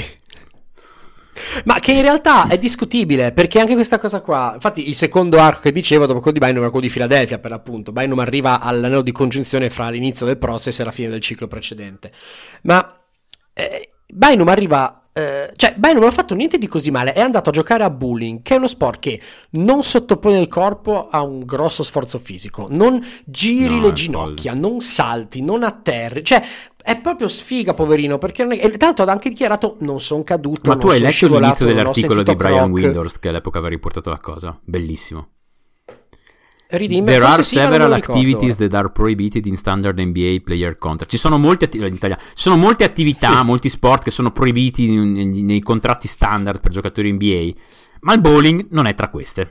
Ma che in realtà è discutibile, perché anche questa cosa qua, infatti il secondo arco che dicevo dopo quello di Bynum era quello di Philadelphia, per l'appunto Bynum arriva all'anello di congiunzione fra l'inizio del process e la fine del ciclo precedente, ma Bynum arriva, cioè Bynum non ha fatto niente di così male, è andato a giocare a bowling, che è uno sport che non sottopone il corpo a un grosso sforzo fisico, non giri le ginocchia, non salti, non atterri, cioè è proprio sfiga, poverino, perché non è... e tra l'altro ha anche dichiarato non sono caduto. Ma tu hai letto l'inizio dell'articolo di Brian Windhorst che all'epoca aveva riportato la cosa? Bellissimo. Ridimmer, There are forse sì, ma non several me lo ricordo activities ora. that are prohibited in standard NBA player contract. Ci sono molte in italiano. Ci sono molte attività, Sì. molti sport che sono proibiti nei contratti standard per giocatori NBA, ma il bowling non è tra queste.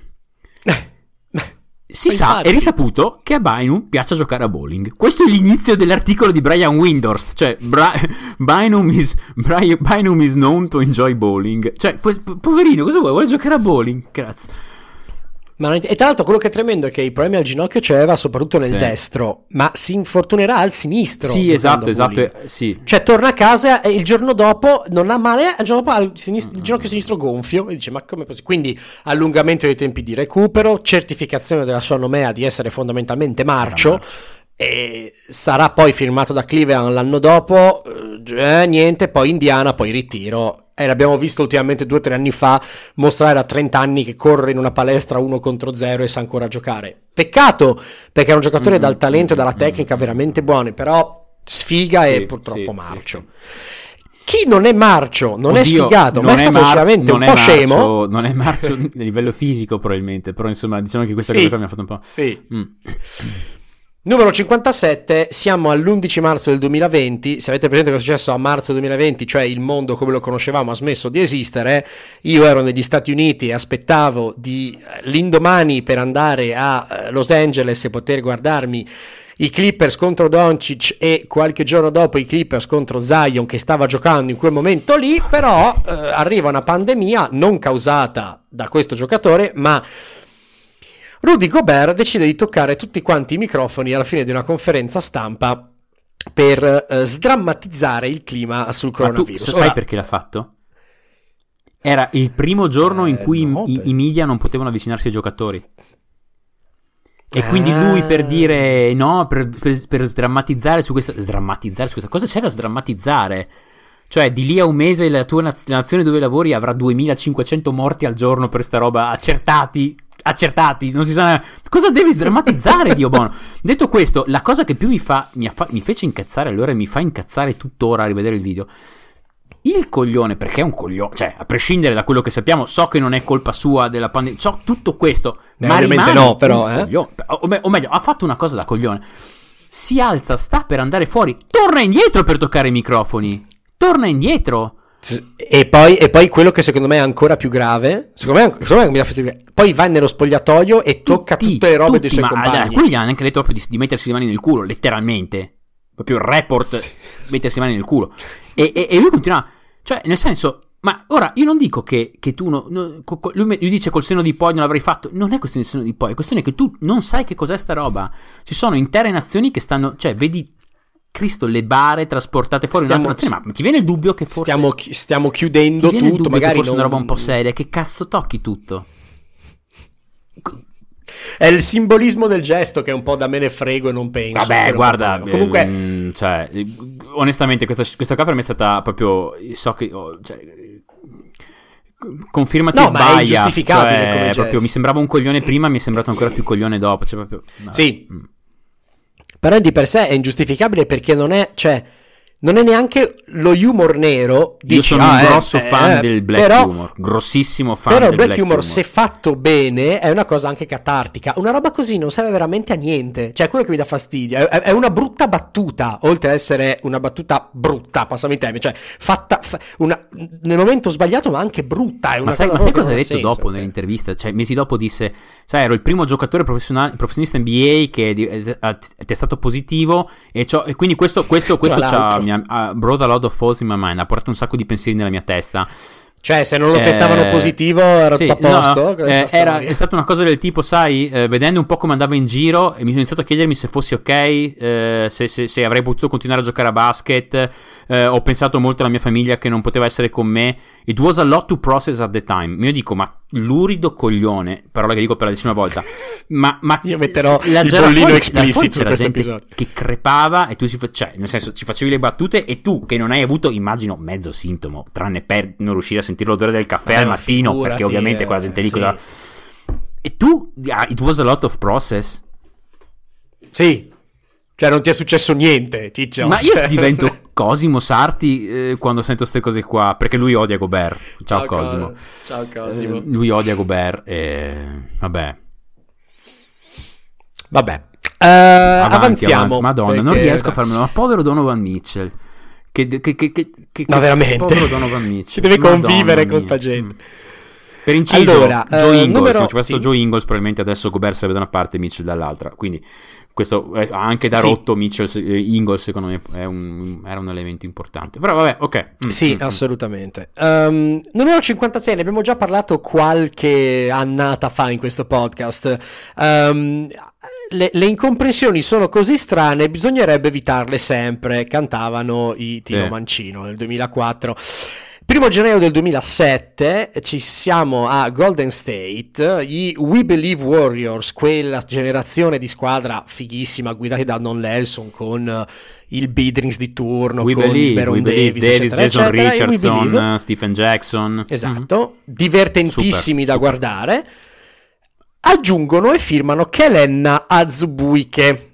Si sa, Infatti. è risaputo che a Bynum piace giocare a bowling. Questo è l'inizio dell'articolo di Brian Windhorst. Cioè, Bynum is known to enjoy bowling. Cioè, poverino, cosa vuoi? Vuole giocare a bowling? Grazie. E tra l'altro quello che è tremendo è che i problemi al ginocchio ce l'aveva soprattutto nel Sì. destro, ma si infortunerà al sinistro. Sì, giocando esatto, a bowling. sì. Cioè torna a casa e il giorno dopo non ha male, il giorno dopo ha il ginocchio sinistro gonfio e dice ma come possibile? Quindi allungamento dei tempi di recupero, certificazione della sua nomea di essere fondamentalmente marcio. E sarà poi firmato da Cleveland l'anno dopo, niente, poi Indiana, poi ritiro. E l'abbiamo visto ultimamente 2 o 3 anni fa mostrare a 30 anni che corre in una palestra 1 contro 0 e sa ancora giocare. Peccato, perché è un giocatore dal talento e dalla tecnica veramente buone, però sfiga Sì, e purtroppo sì, marcio. sì. Chi non è marcio, non è Oddio, sfigato, ma è stato veramente un po' scemo. Non è marcio a livello fisico probabilmente, però insomma diciamo che questa Sì. cosa qua mi ha fatto un po'... Sì. Numero 57, siamo all'11 marzo del 2020, se avete presente cosa è successo a marzo 2020, cioè il mondo come lo conoscevamo ha smesso di esistere, io ero negli Stati Uniti e aspettavo l'indomani per andare a Los Angeles e poter guardarmi i Clippers contro Doncic e qualche giorno dopo i Clippers contro Zion che stava giocando in quel momento lì, però arriva una pandemia non causata da questo giocatore, ma Rudy Gobert decide di toccare tutti quanti i microfoni alla fine di una conferenza stampa per sdrammatizzare il clima sul coronavirus. Ma tu sai perché l'ha fatto? Era il primo giorno in cui i media non potevano avvicinarsi ai giocatori. E quindi lui per dire no, per sdrammatizzare su questa... Sdrammatizzare su questa... Cosa c'è da sdrammatizzare? Cioè, di lì a un mese la tua nazione dove lavori avrà 2500 morti al giorno per sta roba, accertati, non si sa cosa devi sdrammatizzare, Dio buono. Detto questo, la cosa che più mi fece incazzare allora e mi fa incazzare tuttora a rivedere il video, il coglione, perché è un coglione, cioè a prescindere da quello che sappiamo, so che non è colpa sua della pandemia, so tutto questo, ma ovviamente no, però coglione, o meglio, ha fatto una cosa da coglione, si alza, sta per andare fuori, torna indietro per toccare i microfoni, torna indietro. E poi quello che secondo me è ancora più grave, secondo me mi dà fastidio, poi va nello spogliatoio e tocca tutte le robe dei suoi compagni. Quelli gli hanno anche detto proprio di mettersi le mani nel culo, letteralmente, proprio il report, mettersi le mani nel culo, e lui continua, cioè nel senso, ma ora io non dico che tu lui dice col seno di poi non l'avrei fatto, non è questione di seno di poi, è questione che tu non sai che cos'è sta roba. Ci sono intere nazioni che stanno, cioè vedi Cristo, le bare trasportate fuori in un'altra nazione, ma ti viene il dubbio che forse stiamo chiudendo tutto, magari forse una roba un po' seria, che cazzo tocchi tutto? È il simbolismo del gesto che è un po' da me ne frego e non penso. Vabbè, guarda, comunque cioè, onestamente questa qua per me è stata proprio, so che cioè, confermati no, ma bias, è ingiustificabile cioè, come proprio mi sembrava un coglione prima, mi è sembrato ancora più coglione dopo, cioè proprio sì. Però di per sé è ingiustificabile perché non è neanche lo humor nero. Io sono un grosso fan del black humor, grossissimo fan però del il black humor, se fatto bene, è una cosa anche catartica. Una roba così non serve veramente a niente, cioè quello che mi dà fastidio è una brutta battuta, oltre ad essere una battuta brutta, passami il termine, cioè fatta nel momento sbagliato ma anche brutta. È una ma sai cosa ha detto senso, dopo nell'intervista? Cioè mesi dopo disse, sai, ero il primo giocatore professionista NBA che è testato positivo e quindi questo mi ha brought a lot of thoughts in my mind, ha portato un sacco di pensieri nella mia testa. Cioè, se non lo testavano positivo era tutto a posto? No, è stata una cosa del tipo, sai, vedendo un po' come andava in giro, mi sono iniziato a chiedermi se fossi ok, se avrei potuto continuare a giocare a basket. Ho pensato molto alla mia famiglia che non poteva essere con me. It was a lot to process at the time. Io dico, ma lurido coglione, parola che dico per la 10ª volta. Ma io metterò il bollino esplicito su questo episodio. Che crepava e tu cioè, nel senso, ci facevi le battute e tu che non hai avuto, immagino, mezzo sintomo, tranne per non riuscire a sentire l'odore del caffè al mattino, figurati, perché ovviamente quella gente lì cosa... E tu, it was a lot of process. Sì. Cioè non ti è successo niente, Ciccio. Ma io divento Cosimo Sarti quando sento queste cose qua, perché lui odia Gobert. Ciao Cosimo. Ciao Cosimo. Lui odia Gobert e vabbè. Vabbè, Avanti, avanziamo. avanti. Madonna, non riesco a farmelo. Ma povero Donovan Mitchell. Ma veramente? Povero Donovan Mitchell. Ci deve convivere Madonna con sta mia. gente. Per inciso, Allora, Joe Ingles, numero- se ci fosse sì. Joe Ingles, probabilmente adesso Gobert sarebbe da una parte e Mitchell dall'altra. Quindi questo anche da Sì. rotto Mitchell, Ingles secondo me era un elemento importante. Però vabbè, ok. Sì, assolutamente. Numero 56, ne abbiamo già parlato qualche annata fa in questo podcast. Le incomprensioni sono così strane, bisognerebbe evitarle sempre, cantavano i Tino Sì. Mancino nel 2004. 1 gennaio del 2007 ci siamo a Golden State, gli We Believe Warriors, quella generazione di squadra fighissima guidati da Don Nelson con il Bidrins di turno, We con Believe, Baron Davis, Davis, eccetera, Jason eccetera, e We Richardson, Believe. Stephen Jackson. Esatto, divertentissimi Super, da super. guardare. Aggiungono e firmano Kelenna Azubuike,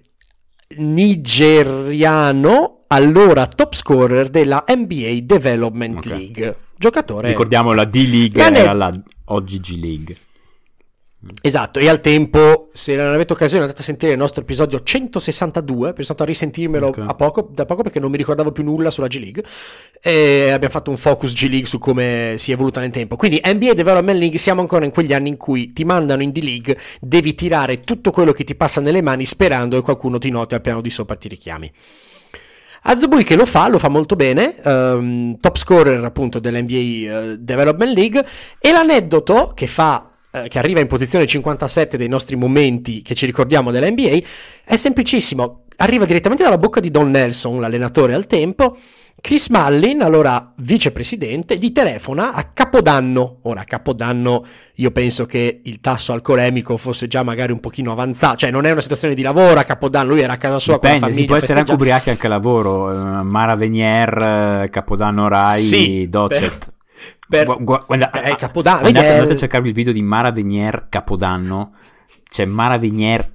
nigeriano, allora top scorer della NBA Development Ok. League. Giocatore. Ricordiamo la D-League, La era net- la OGG League. Esatto, e al tempo, se non avete occasione, andate a sentire il nostro episodio 162. Ho pensato a risentirmelo Ok. da poco perché non mi ricordavo più nulla sulla G League. E abbiamo fatto un focus G League su come si è evoluta nel tempo. Quindi NBA Development League, siamo ancora in quegli anni in cui ti mandano in D-League, devi tirare tutto quello che ti passa nelle mani sperando che qualcuno ti noti al piano di sopra e ti richiami. Azubui che lo fa molto bene, top scorer appunto dell'NBA Development League, e l'aneddoto che arriva in posizione 57 dei nostri momenti che ci ricordiamo della NBA è semplicissimo, arriva direttamente dalla bocca di Don Nelson, l'allenatore al tempo. Chris Mullin, allora vicepresidente, gli telefona a Capodanno. Ora, a Capodanno io penso che il tasso alcolemico fosse già magari un pochino avanzato, cioè non è una situazione di lavoro a Capodanno, lui era a casa sua Dipende, con la famiglia. si può essere anche festeggiava. ubriachi anche a lavoro. Mara Venier, Capodanno Rai, Sì, Docet. Capodanno, Andate a cercarvi il video di Mara Venier Capodanno. C'è Mara Venier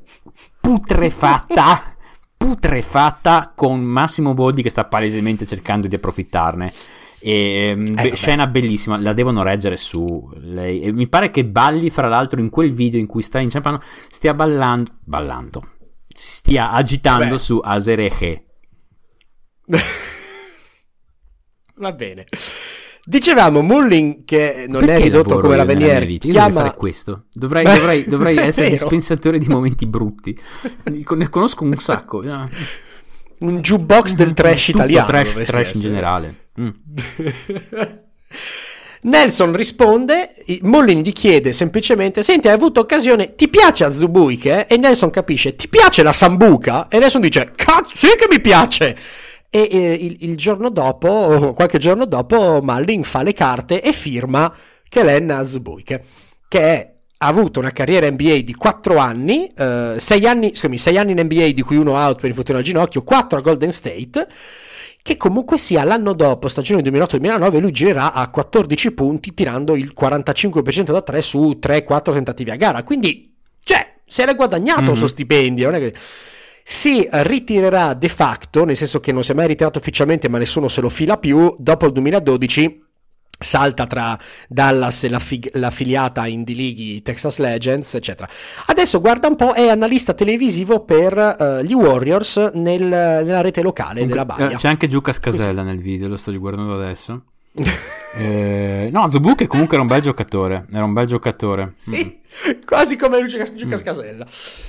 putrefatta con Massimo Boldi che sta palesemente cercando di approfittarne. E scena bellissima, la devono reggere su lei. E mi pare che balli, fra l'altro, in quel video in cui sta inciampando, stia ballando, stia agitando Vabbè. su Asereje. Va bene. Dicevamo Mullin che non Perché è ridotto lavoro come la io nella Venier, mia vita? Io dovrei chiama fare questo. Dovrei essere Vero. dispensatore di momenti brutti. Ne conosco un sacco. un jukebox del trash Tutto italiano. trash dovresti in essere. generale. Nelson risponde, Mullin gli chiede semplicemente: senti, hai avuto occasione, ti piace Azubuike? E Nelson capisce, ti piace la sambuca? E Nelson dice, cazzo, sì che mi piace! E il giorno dopo, o qualche giorno dopo, Mullin fa le carte e firma Kelenna Azubuike, che ha avuto una carriera NBA di 4 anni, 6 anni in NBA, di cui uno out per infortunio al ginocchio, 4 a Golden State, che comunque sia l'anno dopo, stagione 2008-2009, lui girerà a 14 punti tirando il 45% da 3 su 3-4 tentativi a gara, quindi cioè se l'è guadagnato il suo stipendio, non è che si ritirerà de facto, nel senso che non si è mai ritirato ufficialmente ma nessuno se lo fila più, dopo il 2012 salta tra Dallas e l'affiliata in D-League Texas Legends, eccetera. Adesso guarda un po', è analista televisivo per gli Warriors nella rete locale della Baia. C'è anche Giuca Scasella nel video, lo sto riguardando adesso. No, Zubuke comunque era un bel giocatore. Sì, quasi come Giuca Scasella.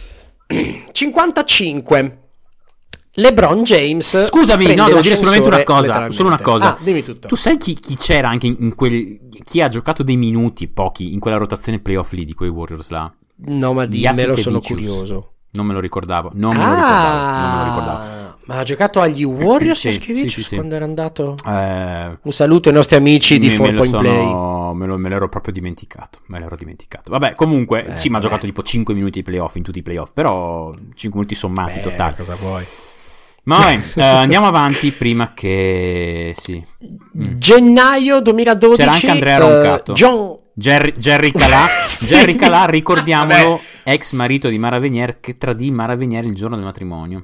55. LeBron James. Scusami, no, devo dire solamente una cosa. letteralmente. Solo una cosa. Dimmi tutto. Tu sai chi c'era anche in quel. Chi ha giocato dei minuti, pochi, in quella rotazione playoff lì di quei Warriors là? No, ma dimmelo, sono Jasikevicius. curioso. Non me lo ricordavo. Non me lo ricordavo. Ma ha giocato agli Warriors Sì, Jasikevicius sì. quando era andato? Un Un saluto ai nostri amici di 4 Point Play. Me l'ero proprio dimenticato. Vabbè, comunque, sì, ma ha giocato tipo 5 minuti di playoff in tutti i playoff. Però 5 minuti sommati totali. Cosa vuoi? Ma vabbè, andiamo avanti prima che. Sì. Gennaio 2012. C'era anche Andrea Roncato. Jerry Calà. Jerry Calà, ricordiamolo, ex marito di Mara Venier, che tradì Mara Venier il giorno del matrimonio.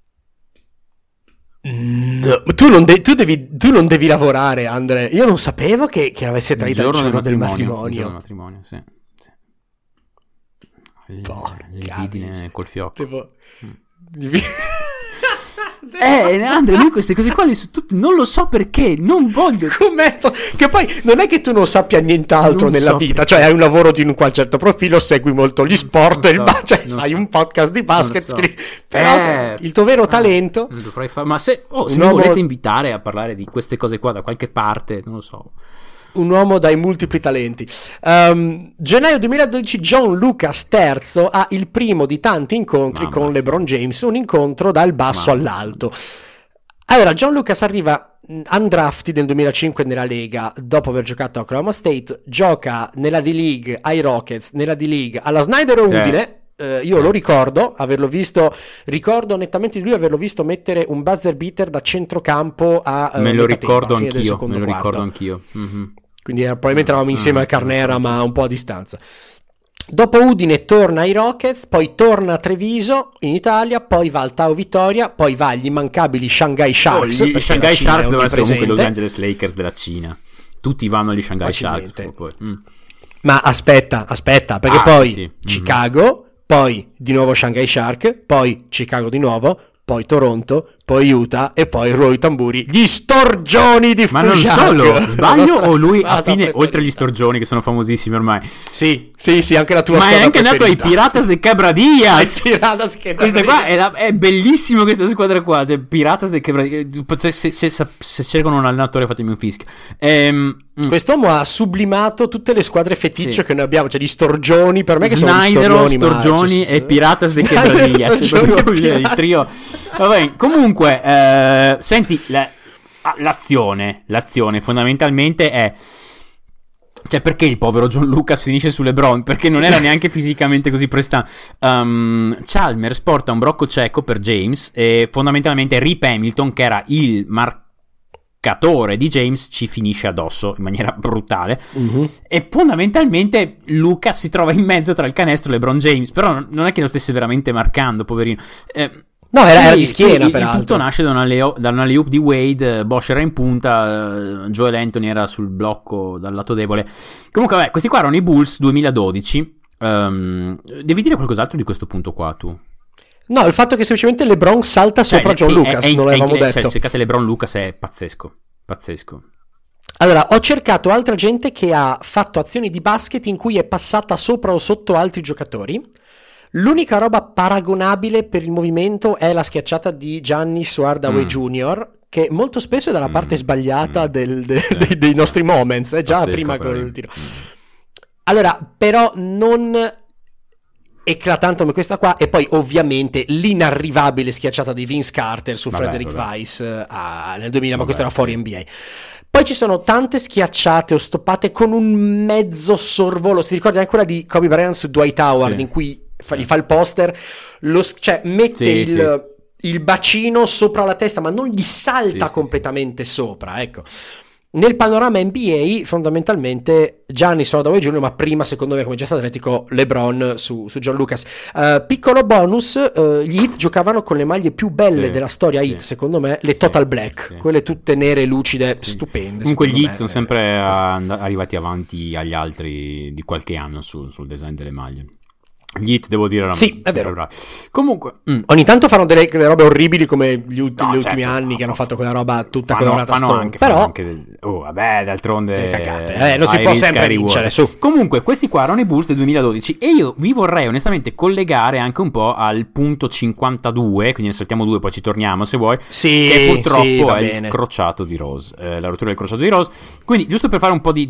No, tu non devi lavorare, Andre. Io non sapevo che l'avesse tradita il giorno del matrimonio. Il giorno del matrimonio, sì. Libidine col fiocco. Andrea, lui queste cose qua non lo so perché, non voglio. Com'è? Che poi non è che tu non sappia nient'altro nella vita, cioè hai un lavoro di un qual certo profilo, segui molto gli sport, fai un podcast di basket, però il tuo vero talento. Ma se mi volete invitare a parlare di queste cose qua da qualche parte, non lo so. Un uomo dai multipli talenti. Gennaio 2012, John Lucas III ha il primo di tanti incontri con LeBron James, un incontro dal basso all'alto. Allora, John Lucas arriva undrafted nel 2005 nella Lega, dopo aver giocato a Oklahoma State, gioca nella D-League ai Rockets, nella D-League alla Snyder Udine. Io lo ricordo, ricordo nettamente di lui averlo visto mettere un buzzer beater da centrocampo a me lo ricordo anch'io. Mm-hmm. Quindi probabilmente eravamo insieme al Carnera, ma un po' a distanza. Dopo Udine torna ai Rockets, poi torna a Treviso in Italia, poi va al Tau Vittoria, poi va agli immancabili Shanghai Sharks. I Shanghai Sharks dovrebbero essere comunque Los Angeles Lakers della Cina. Tutti vanno agli Shanghai Sharks. Ma aspetta, perché poi Chicago, poi di nuovo Shanghai Shark, poi Chicago di nuovo, poi Toronto, poi Utah e poi ruolo i tamburi, gli Storgioni di Fujang. Ma non solo, sbaglio o lui a fine, oltre agli Storgioni che sono famosissimi ormai. Sì, anche la tua ma squadra è anche preferita. andato ai Piratas de Quebradillas. Questa qua è bellissima questa squadra qua, cioè Piratas de Quebradillas. Se cercano un allenatore fatemi un fischio. Quest'uomo ha sublimato tutte le squadre feticce che noi abbiamo, cioè gli Storgioni, per me che Snyder, sono gli Storgioni e Piratas de Quebradillas, il trio. Vabbè, comunque senti, l'azione fondamentalmente è, cioè, perché il povero John Lucas finisce su LeBron? Perché non era neanche fisicamente così prestante. Chalmers porta un brocco cieco per James e fondamentalmente Rip Hamilton, che era il marcatore di James, ci finisce addosso in maniera brutale. E fondamentalmente Lucas si trova in mezzo tra il canestro e LeBron James, però non è che lo stesse veramente marcando, poverino. No, era di schiena, peraltro. Il tutto nasce da una alley-oop di Wade. Bosch era in punta, Joel Anthony era sul blocco dal lato debole. Comunque, vabbè, questi qua erano i Bulls 2012. Devi dire qualcos'altro di questo punto qua, tu? No, il fatto che semplicemente LeBron salta sopra John Lucas, non l'avevamo detto. Cioè, cercate LeBron Lucas è pazzesco. Allora, ho cercato altra gente che ha fatto azioni di basket in cui è passata sopra o sotto altri giocatori. L'unica roba paragonabile per il movimento è la schiacciata di Giannis Hardaway Jr., che molto spesso è dalla parte sbagliata dei nostri moments, già pazzesco, prima col tiro. Allora, però non eclatante come questa qua, e poi ovviamente l'inarrivabile schiacciata di Vince Carter su Frederick Weiss nel 2000, ma questo era fuori NBA. Poi ci sono tante schiacciate o stoppate con un mezzo sorvolo. Si ricorda anche quella di Kobe Bryant su Dwight Howard, in cui gli fa il poster, cioè mette il bacino sopra la testa, ma non gli salta completamente sopra, ecco. Nel panorama NBA fondamentalmente Giannis Hardaway Jr., ma prima secondo me come gesto atletico LeBron su John Lucas. Piccolo bonus, gli Heat giocavano con le maglie più belle della storia Heat, secondo me, le Total Black, quelle tutte nere, lucide, stupende. Comunque gli Heat sono sempre arrivati avanti agli altri di qualche anno sul design delle maglie. Gli Heat, devo dire, sì, è vero. Comunque ogni tanto fanno delle robe orribili come gli ultimi anni che hanno fatto quella roba tutta colorata stone, però vabbè, d'altronde cagate, non si può sempre vincere su. Comunque questi qua erano i Bulls del 2012 e io mi vorrei onestamente collegare anche un po' al punto 52, quindi ne saltiamo due, poi ci torniamo se vuoi, che purtroppo è il crociato di Rose, la rottura del crociato di Rose. Quindi giusto per fare un po'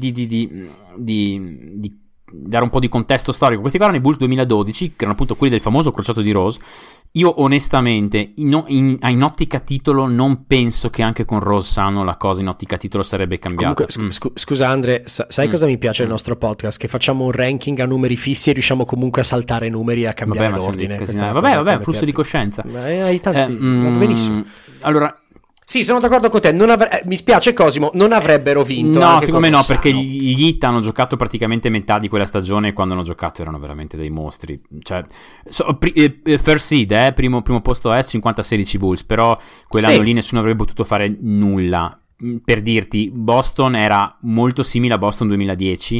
di dare un po' di contesto storico, questi qua erano i Bulls 2012, che erano appunto quelli del famoso crociato di Rose. Io onestamente in ottica titolo non penso che anche con Rose sano la cosa in ottica titolo sarebbe cambiata. Scusa Andre, sai cosa mi piace del nostro podcast? Che facciamo un ranking a numeri fissi e riusciamo comunque a saltare numeri e a cambiare l'ordine. Vabbè, flusso di coscienza. Hai tanti, va benissimo. Allora, sì, sono d'accordo con te. Mi spiace, Cosimo, non avrebbero vinto. No, secondo me no, perché gli Heat hanno giocato praticamente metà di quella stagione e quando hanno giocato erano veramente dei mostri. Cioè, first seed, primo posto est, 50-16 Bulls, però quell'anno lì nessuno avrebbe potuto fare nulla. Per dirti, Boston era molto simile a Boston 2010,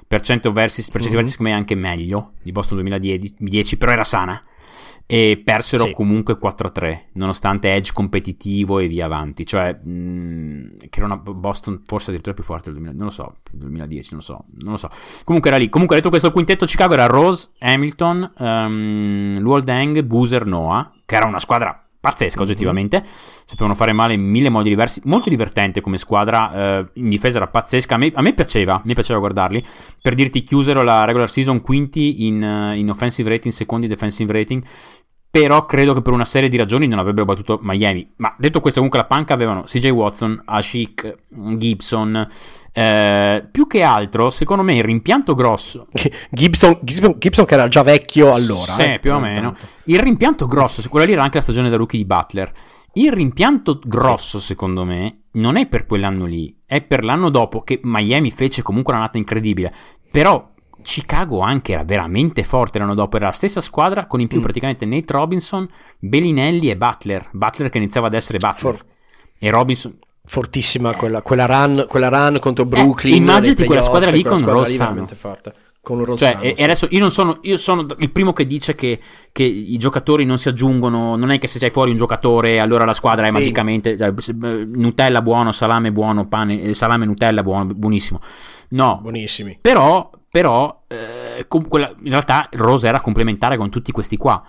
versus secondo me è anche meglio di Boston 2010, però era sana. E persero comunque 4-3, nonostante edge competitivo e via avanti. Cioè, che era una Boston forse addirittura più forte del 2000, non lo so, 2010, non lo so. Comunque era lì. Comunque detto questo, il quintetto Chicago era Rose, Hamilton, Luol Deng, Boozer, Noah, che era una squadra pazzesca oggettivamente. Sapevano fare male in mille modi diversi, molto divertente come squadra. In difesa era pazzesca, a me piaceva guardarli. Per dirti, chiusero la regular season quinti in offensive rating, secondi in defensive rating, però credo che per una serie di ragioni non avrebbero battuto Miami. Ma detto questo, comunque la panca avevano CJ Watson, Ashik, Gibson. Più che altro, secondo me, il rimpianto grosso Gibson che era già vecchio allora, sì, più o meno. Il rimpianto grosso, quella lì era anche la stagione da rookie di Butler. Il rimpianto grosso, secondo me, non è per quell'anno lì, è per l'anno dopo, che Miami fece comunque una nata incredibile. Però Chicago anche era veramente forte l'anno dopo, era la stessa squadra con in più praticamente Nate Robinson, Bellinelli e Butler che iniziava ad essere Butler e Robinson. Fortissima quella run contro Brooklyn. Immaginati quella squadra lì con Rose veramente forte. Con un Rossano, e adesso io sono il primo che dice che i giocatori non si aggiungono. Non è che se sei fuori un giocatore allora la squadra è magicamente Nutella buono, salame buono, pane, salame Nutella buono, buonissimo. No, buonissimi. Però comunque in realtà Rose era complementare con tutti questi qua.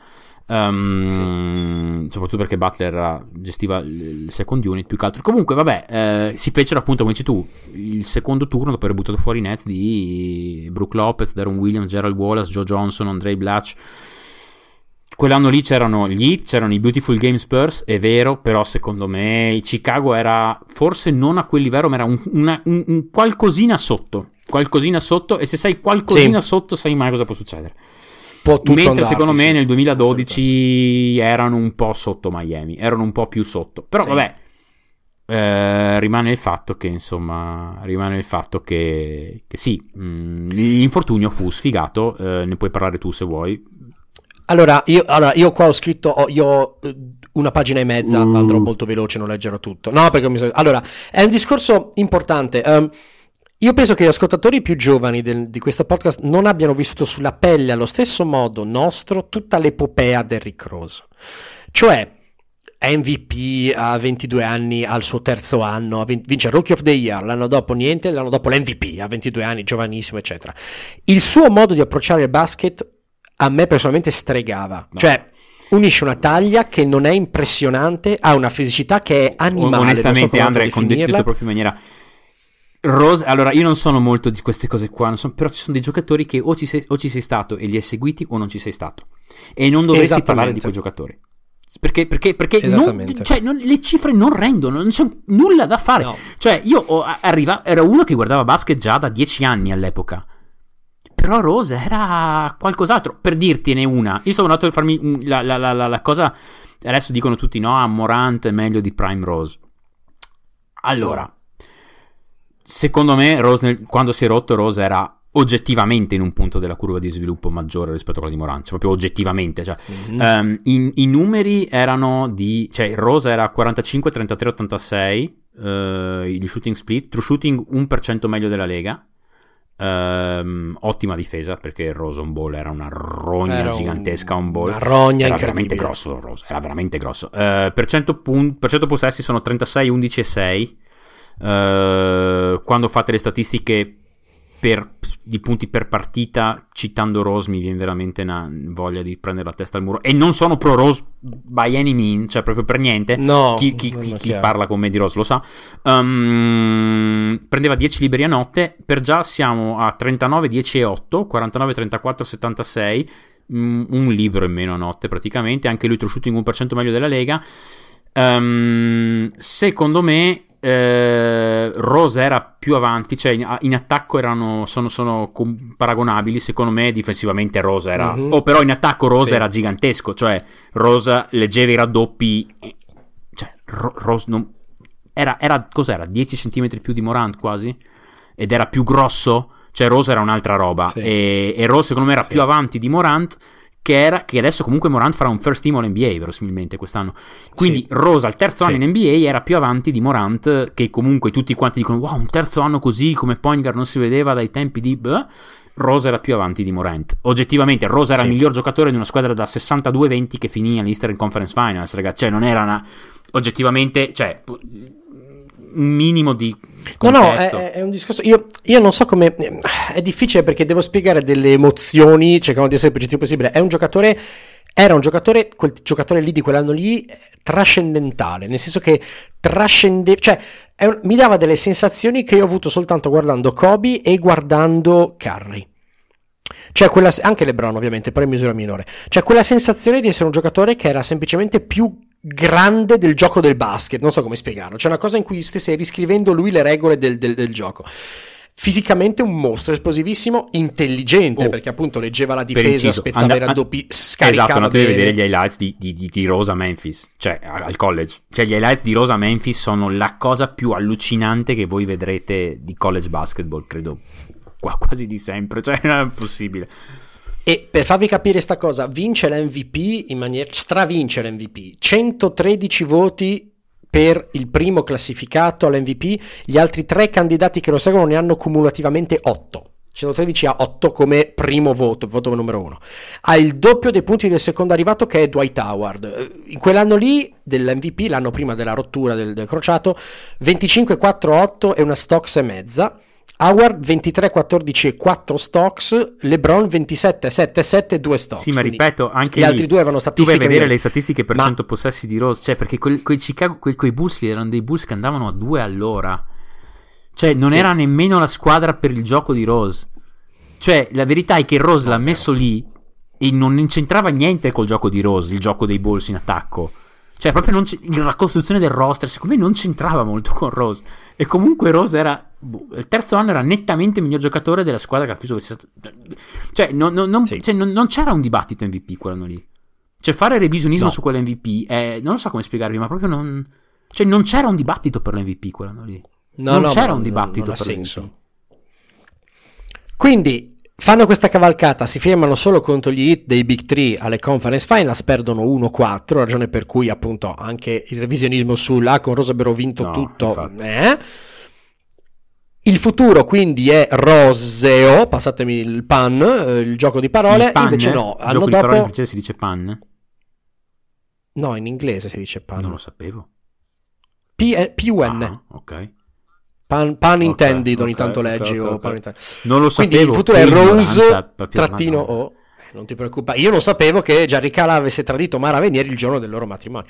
Soprattutto perché Butler gestiva il second unit più che altro. Comunque vabbè, si fecero appunto, come dici tu, il secondo turno dopo aver buttato fuori i Nets di Brook Lopez, Deron Williams, Gerald Wallace, Joe Johnson, Andre Blatch. Quell'anno lì c'erano i Beautiful Game Spurs, è vero, però secondo me Chicago era forse non a quel livello, ma era un qualcosina sotto, e se sei qualcosina sotto sai mai cosa può succedere. Mentre secondo me nel 2012 erano un po' sotto Miami, erano un po' più sotto, però vabbè, rimane il fatto che sì, l'infortunio fu sfigato. Ne puoi parlare tu se vuoi. Allora io qua ho scritto, io ho una pagina e mezza, andrò molto veloce, non leggerò tutto. No, perché allora è un discorso importante. Io penso che gli ascoltatori più giovani di questo podcast non abbiano vissuto sulla pelle allo stesso modo nostro tutta l'epopea del Rick Rose. Cioè, MVP a 22 anni al suo terzo anno, vince Rookie of the Year, l'anno dopo niente, l'anno dopo l'MVP a 22 anni, giovanissimo, eccetera. Il suo modo di approcciare il basket a me personalmente stregava. No. Cioè, unisce una taglia che non è impressionante, ha una fisicità che è animale. Onestamente, Andre, detto proprio in maniera... Rose, allora io non sono molto di queste cose qua, però ci sono dei giocatori che o ci sei stato e li hai seguiti o non ci sei stato, e non dovresti parlare di quei giocatori perché le cifre non rendono, non c'è nulla da fare. No. Cioè era uno che guardava basket già da 10 anni all'epoca, però Rose era qualcos'altro. Per dirtene una, io sto andando a farmi la cosa, adesso dicono tutti no, Morant è meglio di Prime Rose. Allora, secondo me Rose quando si è rotto, Rose era oggettivamente in un punto della curva di sviluppo maggiore rispetto a quello di Morant, cioè proprio oggettivamente, cioè, i numeri erano cioè Rose era 45, 33, 86 gli shooting split, true shooting 1% meglio della Lega, ottima difesa perché Rose on ball era una rogna gigantesca, on ball una rogna era veramente grosso. Rose era veramente grosso. Percento possessi sono 36, 11 e 6. Quando fate le statistiche di punti per partita, citando Rose mi viene veramente una voglia di prendere la testa al muro, e non sono pro Rose by any means, cioè proprio per niente. No, chi parla con me di Rose lo sa. Prendeva 10 liberi a notte, per già siamo a 39, 10 e 8, 49, 34, 76, un libero in meno a notte praticamente, anche lui true shooting 1% meglio della Lega. Secondo me Rose era più avanti, cioè in attacco sono paragonabili. Secondo me difensivamente Rose era però in attacco Rose era gigantesco, cioè Rose leggeva i raddoppi, cioè Rose non era cos'era, 10 cm più di Morant quasi, ed era più grosso, cioè Rose era un'altra roba, e Rose secondo me era più avanti di Morant, che adesso comunque Morant farà un first team all-NBA verosimilmente quest'anno, quindi sì. Rose al terzo anno in NBA era più avanti di Morant, che comunque tutti quanti dicono wow, un terzo anno così come point guard non si vedeva dai tempi di Rose era più avanti di Morant. Oggettivamente Rose era il miglior giocatore di una squadra da 62-20 che finì all'Eastern Conference Finals, ragazzi, cioè non era una oggettivamente, cioè un minimo di contesto. No, è un discorso. Io non so come. È difficile perché devo spiegare delle emozioni, cercando di essere il più gentile possibile. Era un giocatore, quel giocatore lì di quell'anno lì, trascendentale, nel senso che cioè mi dava delle sensazioni che io ho avuto soltanto guardando Kobe e guardando Curry. Cioè anche LeBron ovviamente, però in misura minore. Cioè quella sensazione di essere un giocatore che era semplicemente più grande del gioco del basket, non so come spiegarlo. C'è una cosa in cui stesse riscrivendo lui le regole del gioco. Fisicamente un mostro, esplosivissimo, intelligente, perché appunto leggeva la difesa, spezzava i raddoppi, scaricava. Esatto, andate a vedere gli highlights di Rosa Memphis, cioè al college. Cioè gli highlights di Rosa Memphis sono la cosa più allucinante che voi vedrete di college basketball, credo quasi di sempre, cioè non è possibile. E per farvi capire sta cosa, vince l'MVP stravince l'MVP, 113 voti per il primo classificato all'MVP, gli altri 3 candidati che lo seguono ne hanno cumulativamente 8. 113 a 8 come primo voto numero 1. Ha il doppio dei punti del secondo arrivato, che è Dwight Howard. In quell'anno lì dell'MVP, l'anno prima della rottura del crociato, 25-4-8 e una Stocks e mezza. Howard 23-14 e 4 stocks, LeBron 27-7-7 e 2 stocks. Sì, ma ripeto, anche gli altri due avevano statistiche. Tu vai a vedere le statistiche per 100 possessi di Rose, cioè perché quei Bulls erano dei Bulls che andavano a 2 all'ora. Cioè non era nemmeno la squadra per il gioco di Rose. Cioè la verità è che Rose l'ha messo lì e non c'entrava niente col gioco di Rose, il gioco dei Bulls in attacco. Cioè proprio la costruzione del roster secondo me non c'entrava molto con Rose. E comunque Rose era il terzo anno era nettamente il miglior giocatore della squadra che ha chiuso. Cioè non c'era un dibattito MVP quell'anno lì. Cioè fare revisionismo su quell'MVP non lo so come spiegarvi, ma proprio non c'era un dibattito per l'MVP quell'anno lì. Non c'era un dibattito per l'MVP. Quindi fanno questa cavalcata, si fermano solo contro gli hit dei Big Three alle Conference Finals, perdono 1-4, ragione per cui appunto anche il revisionismo con Rose abbiano vinto tutto. Il futuro quindi è roseo, passatemi il il gioco di parole, invece no. Il gioco di parole in francese si dice pan? No, in inglese si dice pan. Non lo sapevo. P-U-N. Ah, ok. Pan intended, ogni tanto leggi o pan intended. Non lo sapevo. Quindi il futuro è Rose trattino O. Non ti preoccupare, io non sapevo che Jerry Cala avesse tradito Mara Venier il giorno del loro matrimonio.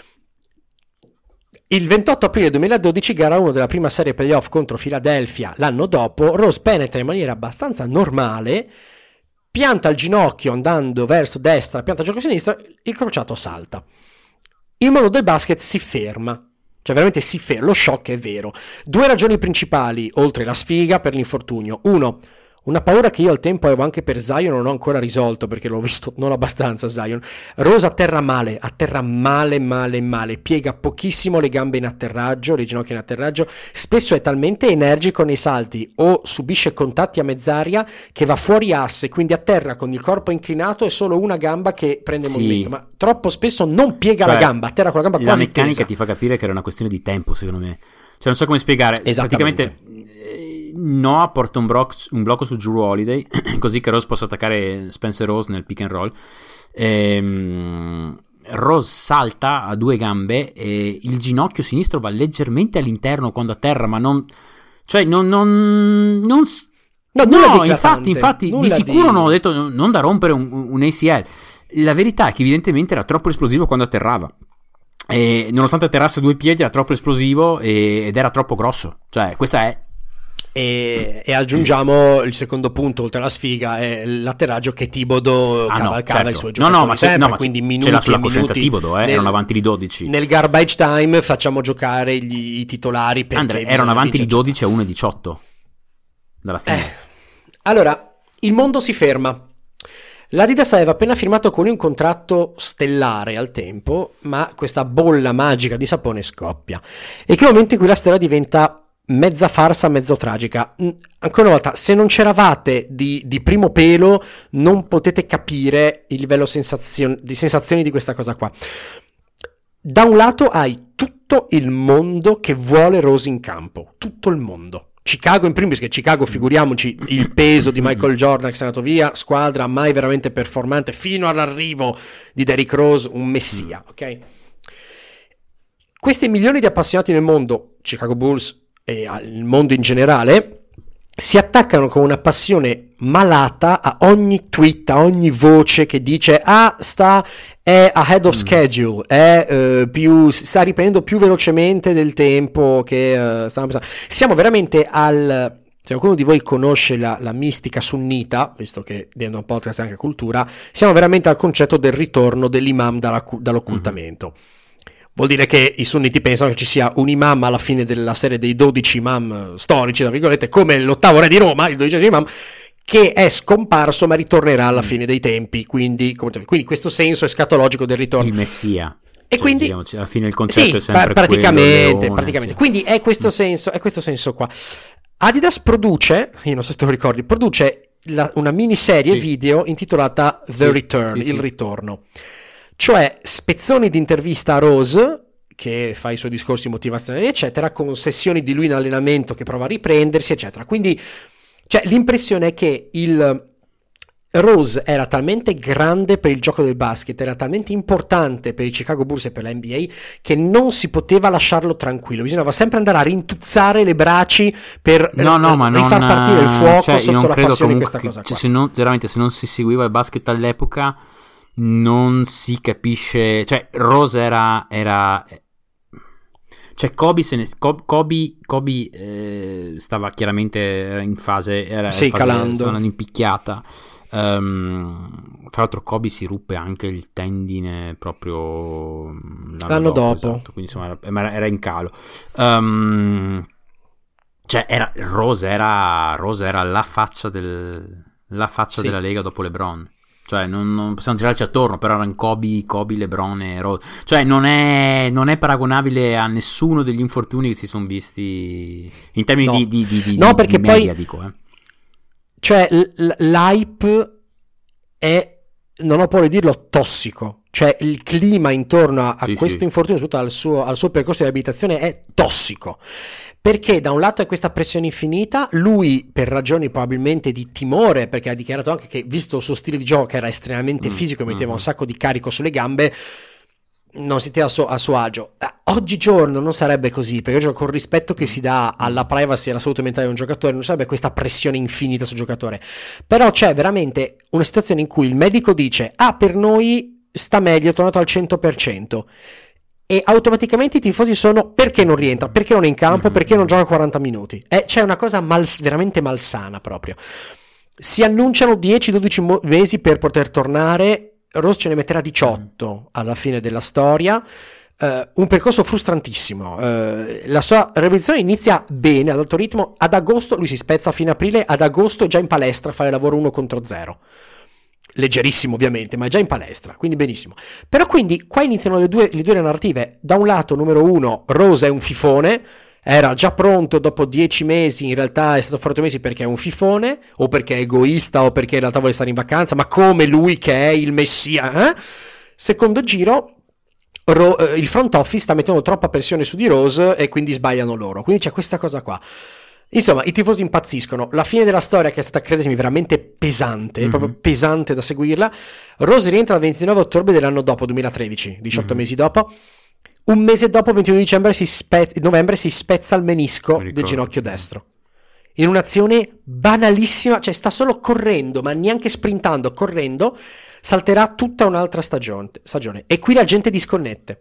Il 28 aprile 2012, gara 1 della prima serie playoff contro Philadelphia. L'anno dopo Rose penetra in maniera abbastanza normale, pianta il ginocchio andando verso destra, pianta il ginocchio a sinistra, il crociato salta. Il mondo del basket si ferma. Cioè veramente si ferma, lo shock è vero. 2 ragioni principali, oltre la sfiga, per l'infortunio. 1, una paura che io al tempo avevo anche per Zion, non ho ancora risolto perché l'ho visto non abbastanza Zion. Rose atterra male, piega pochissimo le gambe in atterraggio, le ginocchia in atterraggio, spesso è talmente energico nei salti o subisce contatti a mezz'aria che va fuori asse, quindi atterra con il corpo inclinato e solo una gamba che prende movimento, ma troppo spesso non piega la gamba, atterra con la gamba quasi tesa. La meccanica ti fa capire che era una questione di tempo, secondo me. Cioè non so come spiegare, praticamente Noah porta un blocco su Jrue Holiday così che Rose possa attaccare Spencer Rose nel pick and roll. Rose salta a 2 gambe e il ginocchio sinistro va leggermente all'interno quando atterra, ma non infatti di sicuro non ho detto non da rompere un ACL. La verità è che evidentemente era troppo esplosivo quando atterrava. E nonostante atterrasse a 2 piedi era troppo esplosivo ed era troppo grosso. Cioè questa è. E aggiungiamo il secondo punto oltre alla sfiga è l'atterraggio che Thibodeau cavalcava i suoi giocatori quindi minuti c'è sulla coscienza Thibodeau erano avanti di 12 nel garbage time, facciamo giocare i titolari perché erano avanti di 12 a 1-18 dalla fine. Allora il mondo si ferma. L'Adidas aveva appena firmato con lui un contratto stellare al tempo, ma questa bolla magica di sapone scoppia. E che è il momento in cui la storia diventa mezza farsa, mezzo tragica. Ancora una volta, se non c'eravate di primo pelo, non potete capire il livello di sensazioni di questa cosa qua. Da un lato hai tutto il mondo che vuole Rose in campo, tutto il mondo. Chicago in primis, che Chicago, figuriamoci, il peso di Michael Jordan che è andato via, squadra mai veramente performante fino all'arrivo di Derrick Rose, un messia, ok? Questi milioni di appassionati nel mondo, Chicago Bulls e il mondo in generale, si attaccano con una passione malata a ogni tweet, a ogni voce che dice è ahead of schedule, sta riprendendo più velocemente del tempo che stavamo pensando. Siamo veramente se qualcuno di voi conosce la mistica sunnita, visto che diventa un podcast anche cultura, siamo veramente al concetto del ritorno dell'imam dall'occultamento. Vuol dire che i sunniti pensano che ci sia un imam alla fine della serie dei 12 imam storici, tra virgolette, come l'8° re di Roma, il 12° imam, che è scomparso ma ritornerà alla fine dei tempi, quindi questo senso escatologico del ritorno. Il messia. E quindi diciamo, alla fine il concetto è sempre praticamente, leone, sì. Quindi è questo senso qua. Adidas produce, io non so se te lo ricordi, una miniserie video intitolata The Return, il ritorno. Cioè spezzoni di intervista a Rose, che fa i suoi discorsi motivazionali eccetera, con sessioni di lui in allenamento che prova a riprendersi eccetera. Quindi l'impressione è che il Rose era talmente grande per il gioco del basket, era talmente importante per i Chicago Bulls e per la NBA, che non si poteva lasciarlo tranquillo, bisognava sempre andare a rintuzzare le braci per rifar partire il fuoco sotto la passione di questa cosa qua. Veramente, se non si seguiva il basket all'epoca non si capisce, Rose era Kobe stava chiaramente in fase, calando, stava andando in picchiata. Tra l'altro Kobe si ruppe anche il tendine proprio l'anno dopo. Esatto, quindi insomma era in calo. Rose era la faccia della Lega dopo LeBron. Non possiamo girarci attorno, però erano Kobe, LeBron e Rose. Non è paragonabile a nessuno degli infortuni che si sono visti in termini di perché media, poi dico. L'hype è, non ho paura di dirlo, tossico. Il clima intorno a questo infortunio, soprattutto al suo percorso di riabilitazione, è tossico. Perché da un lato è questa pressione infinita, lui per ragioni probabilmente di timore, perché ha dichiarato anche che visto il suo stile di gioco che era estremamente fisico e metteva un sacco di carico sulle gambe, non si tira a suo agio. Oggigiorno non sarebbe così, perché con il rispetto che si dà alla privacy e alla salute mentale di un giocatore non sarebbe questa pressione infinita sul giocatore. Però c'è veramente una situazione in cui il medico dice per noi sta meglio, è tornato al 100%, e automaticamente i tifosi sono: perché non rientra, perché non è in campo, perché non gioca 40 minuti. C'è una cosa veramente malsana proprio. Si annunciano 10-12 mesi per poter tornare. Rose ce ne metterà 18 alla fine della storia. Un percorso frustrantissimo. La sua riabilitazione inizia bene, ad alto ritmo. Ad agosto lui si spezza a fine aprile, ad agosto è già in palestra a fare lavoro 1 contro 0. Leggerissimo ovviamente, ma è già in palestra, quindi benissimo. Però quindi qua iniziano le due narrative. Da un lato, numero 1, Rose è un fifone, era già pronto dopo 10 mesi, in realtà è stato fuori 8 mesi perché è un fifone, o perché è egoista, o perché in realtà vuole stare in vacanza, ma come lui che è il messia. Secondo giro, il front office sta mettendo troppa pressione su di Rose e quindi sbagliano loro, quindi c'è questa cosa qua. Insomma, i tifosi impazziscono. La fine della storia, che è stata, credetemi, veramente pesante, proprio pesante da seguirla. Rose rientra il 29 ottobre dell'anno dopo, 2013, 18 mesi dopo. Un mese dopo, il 21 novembre, si spezza il menisco del ginocchio destro. In un'azione banalissima, sta solo correndo, ma neanche sprintando, correndo, salterà tutta un'altra stagione. E qui la gente disconnette.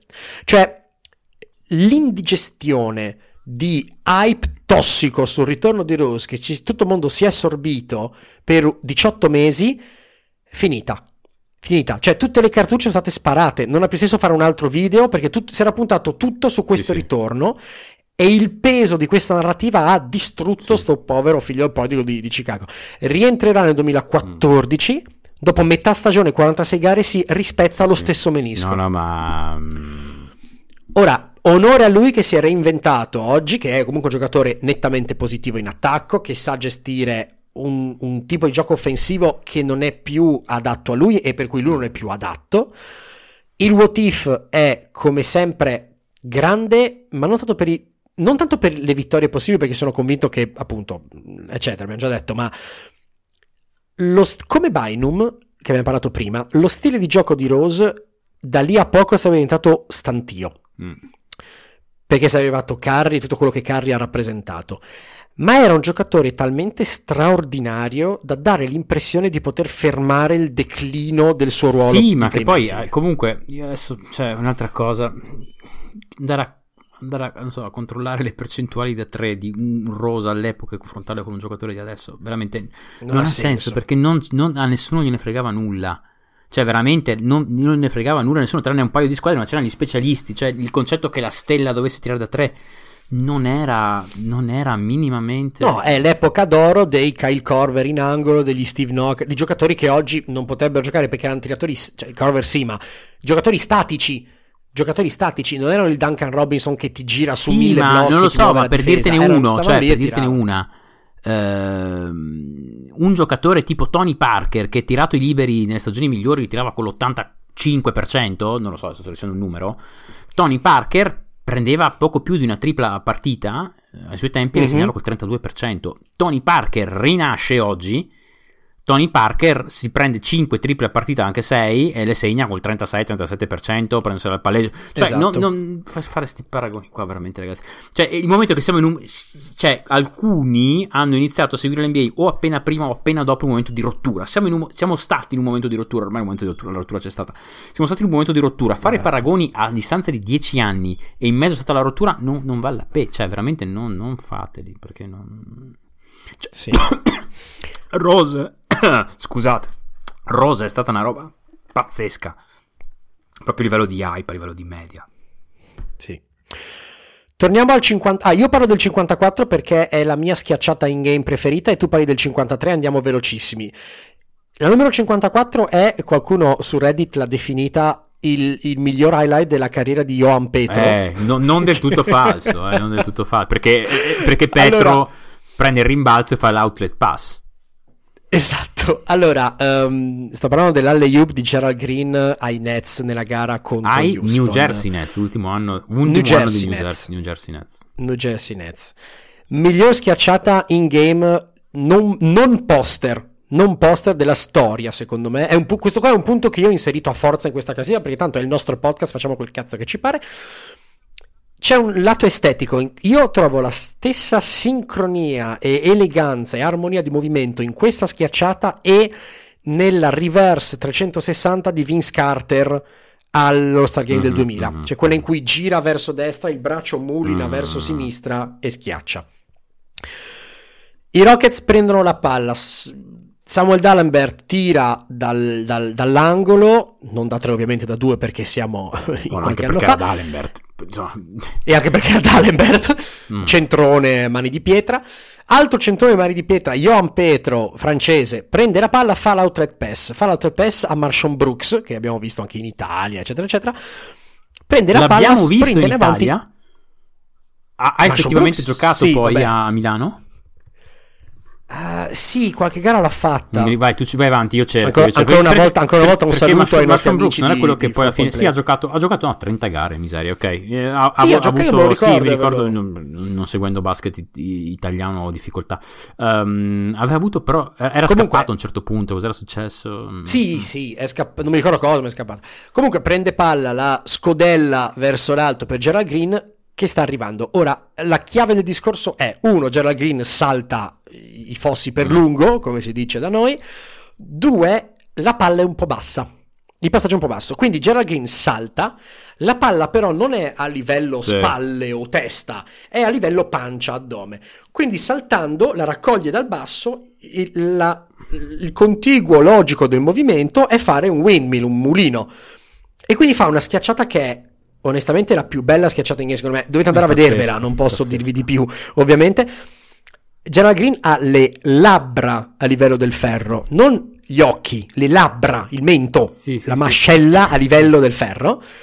L'indigestione di hype tossico sul ritorno di Rose, che tutto il mondo si è assorbito per 18 mesi, finita. Tutte le cartucce sono state sparate, non ha più senso fare un altro video perché si era puntato tutto su questo ritorno, e il peso di questa narrativa ha distrutto sto povero figlio prodigo di Chicago. Rientrerà nel 2014, dopo metà stagione, 46 gare, si rispezza lo stesso menisco. Ma ora Onore a lui che si è reinventato oggi, che è comunque un giocatore nettamente positivo in attacco, che sa gestire un tipo di gioco offensivo che non è più adatto a lui e per cui lui non è più adatto. Il what if è come sempre grande, ma non tanto per le vittorie possibili, perché sono convinto che appunto eccetera, abbiamo già detto, ma come Bynum che abbiamo parlato prima, lo stile di gioco di Rose da lì a poco sarebbe diventato stantio, perché sarebbe arrivato Curry e tutto quello che Curry ha rappresentato, ma era un giocatore talmente straordinario da dare l'impressione di poter fermare il declino del suo ruolo. Sì, ma che poi comunque io adesso c'è un'altra cosa, andare a, non so, a controllare le percentuali da 3 di un Rose all'epoca e confrontarle con un giocatore di adesso veramente non ha senso, perché non a nessuno gliene fregava nulla. Cioè veramente non ne fregava nulla a nessuno, tranne un paio di squadre, ma c'erano gli specialisti. Cioè il concetto che la stella dovesse tirare da 3 non era minimamente... No, è l'epoca d'oro dei Kyle Korver in angolo, degli Steve Nock, di giocatori che oggi non potrebbero giocare perché erano tiratori, cioè Korver sì, ma giocatori statici, non erano il Duncan Robinson che ti gira su 1000 blocchi. Non lo so, ma per difesa, dirtene uno, cioè per dirtene una, un giocatore tipo Tony Parker che tirato i liberi nelle stagioni migliori li tirava con l'85%, non lo so, sto dicendo un numero. Tony Parker prendeva poco più di una tripla a partita ai suoi tempi e le segnava col 32%. Tony Parker rinasce oggi. Tony Parker si prende 5 triple a partita, anche 6, e le segna col 36-37%, prendendosi dal palleggio. Cioè, esatto. non fare sti paragoni qua, veramente, ragazzi. Cioè, il momento che siamo cioè, alcuni hanno iniziato a seguire l'NBA o appena prima o appena dopo un momento di rottura. Siamo stati in un momento di rottura, ormai un momento di rottura, la rottura c'è stata. Siamo stati in un momento di rottura. Fare paragoni a distanza di 10 anni e in mezzo è stata la rottura non vale la pena. Cioè, veramente non fateli, perché non... Cioè, sì. Rose... Scusate, Rose è stata una roba pazzesca, proprio a livello di hype, a livello di media. Sì. Torniamo al 50. Io parlo del 54 perché è la mia schiacciata in game preferita e tu parli del 53, andiamo velocissimi. La numero 54 è, qualcuno su Reddit l'ha definita il miglior highlight della carriera di Johan Petro. Non del tutto falso, non del tutto falso, perché Petro allora... prende il rimbalzo e fa l'outlet pass. Esatto, allora sto parlando dell'alley-oop di Gerald Green ai Nets nella gara contro Houston. New Jersey Nets, ultimo anno di New Jersey Nets. Miglior schiacciata in game non poster della storia, secondo me. Questo qua è un punto che io ho inserito a forza in questa casina, perché tanto è il nostro podcast, facciamo quel cazzo che ci pare. C'è un lato estetico, io trovo la stessa sincronia e eleganza e armonia di movimento in questa schiacciata e nella reverse 360 di Vince Carter allo Star Game del 2000, cioè quella in cui gira verso destra, il braccio mulina verso sinistra e schiaccia. I Rockets prendono la palla, Samuel Dalembert tira dall'angolo, non da 3 ovviamente, da 2 perché siamo in qualche anno fa. Dalembert. E anche perché era Dalembert, centrone, mani di pietra, altro centrone, mani di pietra, Johan Petro, francese, prende la palla, fa l'outlet pass a Marshawn Brooks, che abbiamo visto anche in Italia, eccetera, eccetera. Prende la palla, sprint in Italia. Ha effettivamente Brooks, giocato poi a Milano? Sì, qualche gara l'ha fatta. Vai, tu ci vai avanti, io cerco. Ancora una volta un saluto ai nostri amici. Non è quello che poi alla fine ha giocato 30 gare, miseria, ok. Mi ricordo, non seguendo basket italiano ho difficoltà. Aveva avuto però era scappato a un certo punto, cos'era successo? Sì, è scappato, non mi ricordo cosa, ma è scappato. Comunque prende palla, la scodella verso l'alto per Gerald Green, che sta arrivando. Ora, la chiave del discorso è: 1, Gerald Green salta i fossi per lungo, come si dice da noi. 2, la palla è un po' bassa, il passaggio è un po' basso, quindi Gerald Green salta, la palla però non è a livello spalle o testa, è a livello pancia, addome, quindi saltando la raccoglie dal basso. Il contiguo logico del movimento è fare un windmill, un mulino, e quindi fa una schiacciata che è onestamente la più bella schiacciata in game, secondo me. Dovete andare a vedervela, non posso dirvi di più, ovviamente. Gerald Green ha le labbra a livello del ferro, non gli occhi, le labbra, il mento, la mascella a livello del ferro,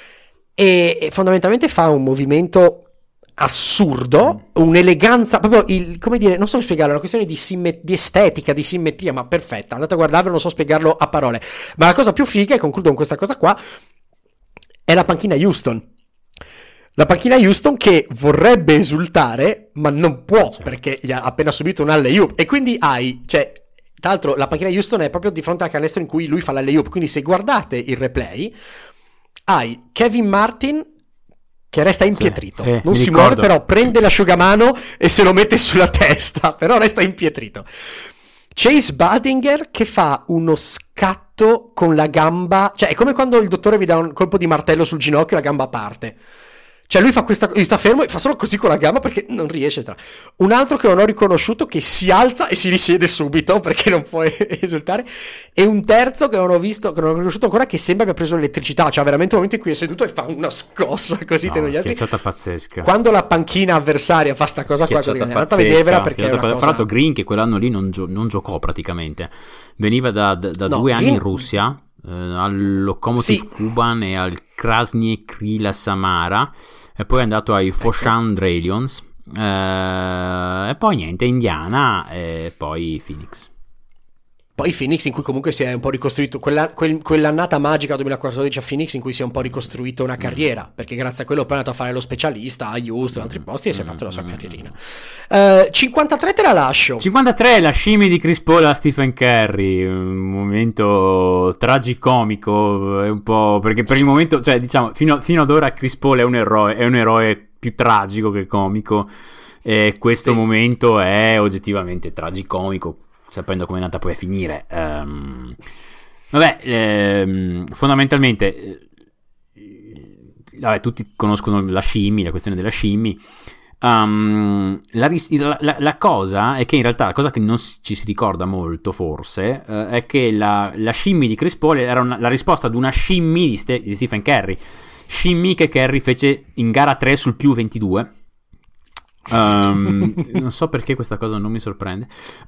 e fondamentalmente fa un movimento assurdo, un'eleganza, proprio come dire, non so spiegarlo, è una questione di estetica, di simmetria, ma perfetta. Andate a guardarlo, non so spiegarlo a parole. Ma la cosa più figa, e concludo con questa cosa qua, è la panchina Houston. La panchina Houston che vorrebbe esultare, ma non può, perché gli ha appena subito un alley-oop. E quindi tra l'altro la panchina Houston è proprio di fronte al canestro in cui lui fa l'alley-oop. Quindi se guardate il replay, hai Kevin Martin che resta impietrito, non si muove, però prende l'asciugamano e se lo mette sulla testa, però resta impietrito. Chase Budinger che fa uno scatto con la gamba, cioè è come quando il dottore vi dà un colpo di martello sul ginocchio e la gamba parte. Cioè lui fa sta fermo e fa solo così con la gamba perché non riesce. Un altro che non ho riconosciuto che si alza e si risiede subito perché non può esultare. E un terzo che non ho visto, che non ho riconosciuto ancora, che sembra abbia preso l'elettricità. Cioè veramente un momento in cui è seduto e fa una scossa così. No, una schiacciata pazzesca. Quando la panchina avversaria fa sta cosa qua così, è andata a vederla perché è una cosa... Fra l'altro Green, che quell'anno lì non giocò praticamente. Veniva da 2 anni in Russia, al Lokomotiv Kuban e al Krasny Kryla Samara. E poi è andato ai Foshan Dragons, e poi niente, Indiana e poi Phoenix. Poi Phoenix in cui comunque si è un po' ricostruito, quell'annata magica 2014 a Phoenix in cui si è un po' ricostruito una carriera, perché grazie a quello poi è andato a fare lo specialista a Houston, altri posti, e si è fatto la sua carrierina. 53 te la lascio. 53, la scimmia di Chris Paul a Stephen Curry, un momento tragicomico, è un po' perché per il momento, cioè diciamo fino ad ora Chris Paul è un eroe più tragico che comico, e questo momento è oggettivamente tragicomico, sapendo come è andata poi a finire. Fondamentalmente tutti conoscono la questione della scimmia. La cosa è che in realtà la cosa che non ci si ricorda molto forse è che la scimmia di Chris Paul era la risposta ad una scimmia di Stephen Curry, scimmia che Curry fece in gara 3 sul più 22. Non so perché questa cosa non mi sorprende.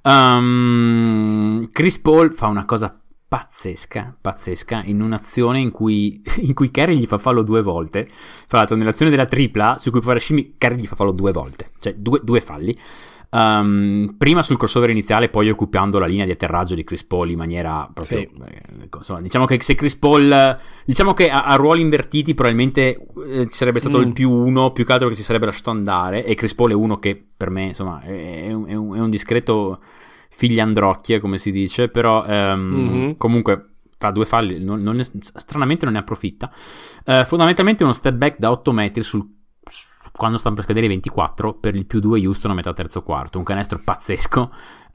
Chris Paul fa una cosa pazzesca in un'azione in cui Curry gli fa fallo 2 volte. Fra l'altro nell'azione della tripla su cui può fare scimmia, Curry gli fa fallo 2 volte, cioè due falli. Prima sul crossover iniziale, poi occupando la linea di atterraggio di Chris Paul in maniera proprio insomma, diciamo che se Chris Paul, diciamo che a ruoli invertiti probabilmente ci sarebbe stato il +1 più che altro che si sarebbe lasciato andare, e Chris Paul è uno che per me insomma è un discreto figliandrocchia, come si dice, però comunque fa 2 falli, stranamente non ne approfitta. Fondamentalmente uno step back da 8 metri quando stanno per scadere i 24 per il +2 Houston a metà terzo quarto, un canestro pazzesco.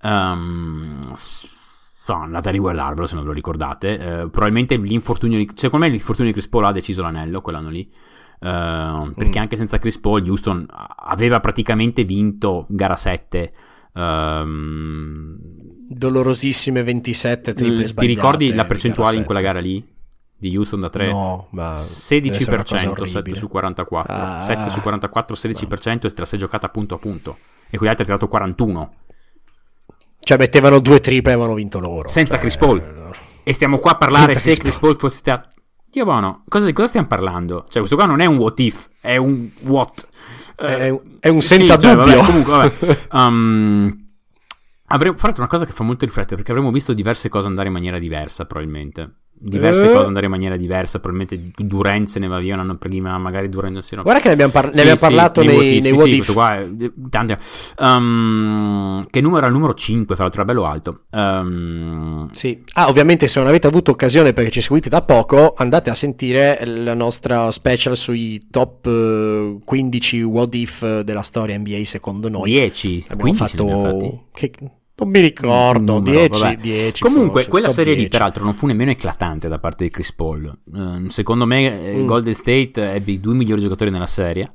Andate a riguardarvelo se non ve lo ricordate. Probabilmente secondo me l'infortunio di Chris Paul ha deciso l'anello quell'anno lì, perché anche senza Chris Paul Houston aveva praticamente vinto gara 7. Dolorosissime 27 triple sbagliate. Ti ricordi la percentuale in quella gara lì di Houston da 3? No, ma 16%, 7 su 44. 7 su 44, 16%, e te la sei giocata punto a punto. E quegli altri ha tirato 41. Cioè mettevano 2 triple e avevano vinto loro. Senza Chris Paul. E stiamo qua a parlare se Chris Paul fosse stato... Dio buono, di cosa stiamo parlando? Cioè questo qua non è un what if, è un what. È un senza dubbio. Vabbè, comunque, avremo fatto una cosa che fa molto riflettere, perché avremmo visto diverse cose andare in maniera diversa, probabilmente. Probabilmente Durant se ne va via un anno prima, magari Durant non si rompe. Guarda che ne abbiamo parlato nei what if. Qua che numero era il numero 5, fra l'altro era bello alto. Ovviamente se non avete avuto occasione perché ci seguite da poco, andate a sentire la nostra special sui top 15 what if della storia NBA secondo noi. 10, abbiamo 15 fatto non mi ricordo, 10 comunque forse, quella serie 10. lì peraltro non fu nemmeno eclatante da parte di Chris Paul. Secondo me Golden State ebbe i 2 migliori giocatori nella serie,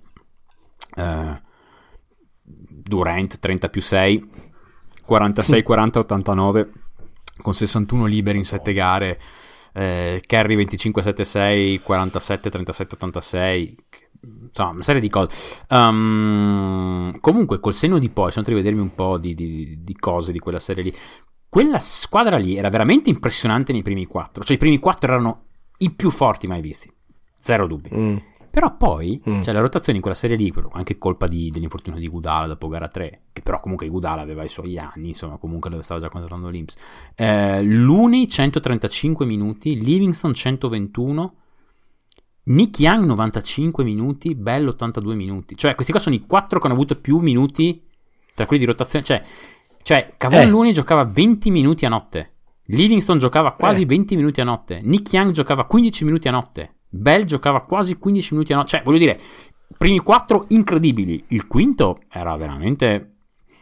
Durant 30+6, 46-40-89 con 61 liberi in 7 gare, Curry 25-7-6, 47-37-86, insomma una serie di cose. Comunque col senno di poi sono andato a rivedermi un po' di cose di quella serie lì. Quella squadra lì era veramente impressionante nei primi 4, cioè i primi 4 erano i più forti mai visti, zero dubbi. Però poi la rotazione in quella serie lì, anche colpa dell'infortunio di Iguodala dopo gara 3, che però comunque Iguodala aveva i suoi anni, insomma, comunque lo stava già contrattando l'Inps. Looney 135 minuti, Livingston 121, Nick Young 95 minuti, Bell 82 minuti. Cioè questi qua sono i 4 che hanno avuto più minuti tra quelli di rotazione. Cioè Kevon Looney giocava 20 minuti a notte, Livingston giocava quasi 20 minuti a notte, Nick Young giocava 15 minuti a notte, Bell giocava quasi 15 minuti a notte. Cioè voglio dire, primi 4 incredibili, il quinto era veramente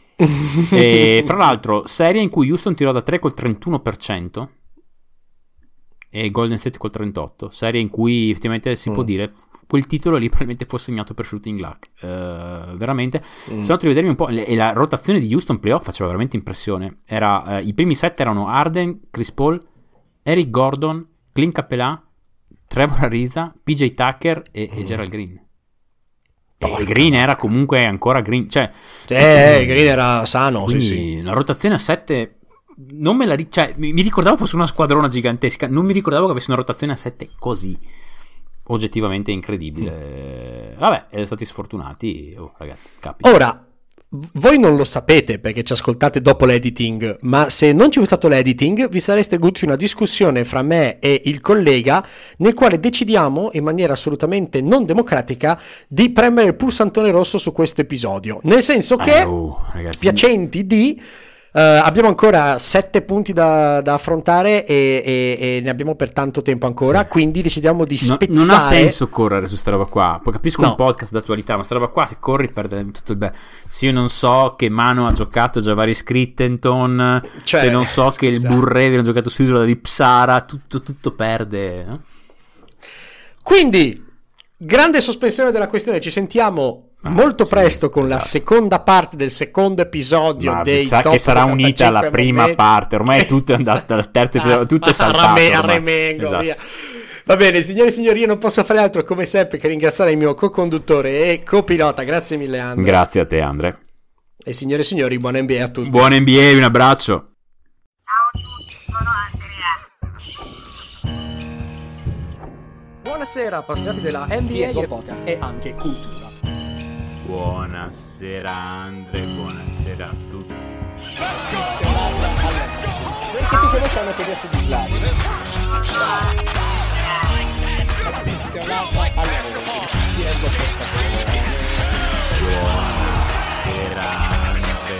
e fra l'altro serie in cui Houston tirò da 3 col 31% e Golden State col 38%, serie in cui effettivamente si può dire quel titolo lì probabilmente fu segnato per shooting luck, veramente. Sono andato a rivedermi un po' e la rotazione di Houston playoff faceva veramente impressione. I primi 7 erano Harden, Chris Paul, Eric Gordon, Clint Capela, Trevor Ariza, PJ Tucker e Gerald Green. E Green era comunque ancora Green, cioè Green era sano, sì. La rotazione a 7 non me la mi ricordavo fosse una squadrona gigantesca, non mi ricordavo che avesse una rotazione a 7 così oggettivamente incredibile. Vabbè, siete stati sfortunati, ragazzi, capita. Ora, voi non lo sapete perché ci ascoltate dopo l'editing, ma se non ci fosse stato l'editing vi sareste goduti una discussione fra me e il collega nel quale decidiamo in maniera assolutamente non democratica di premere il pulsantone rosso su questo episodio, nel senso che ragazzi, piacenti di abbiamo ancora 7 punti da affrontare e ne abbiamo per tanto tempo ancora, quindi decidiamo di spezzare. Non ha senso correre su sta roba qua. Poi capisco un podcast d'attualità, ma sta roba qua se corri perde tutto il bello. Se io non so che Mano ha giocato Javaris Crittenton, se non so che il Burredi ha giocato su Isola di Psara, tutto perde. Quindi grande sospensione della questione, ci sentiamo molto presto con la seconda parte del secondo episodio dei top 75 che sarà unita alla prima parte. Ormai tutto è andato al terzo episodio, tutto è saltato via. Va bene, signore e signori, io non posso fare altro come sempre che ringraziare il mio co-conduttore e copilota. Grazie mille, Andre. Grazie a te, Andre. E signore e signori, buon NBA a tutti. Buon NBA, un abbraccio. Ciao a tutti, sono Andrea. Buonasera, appassionati della NBA e podcast e anche cultura. Buonasera Andre, buonasera a tutti. Che tutti lo sanno che adesso di Slavi. Buonasera Andre,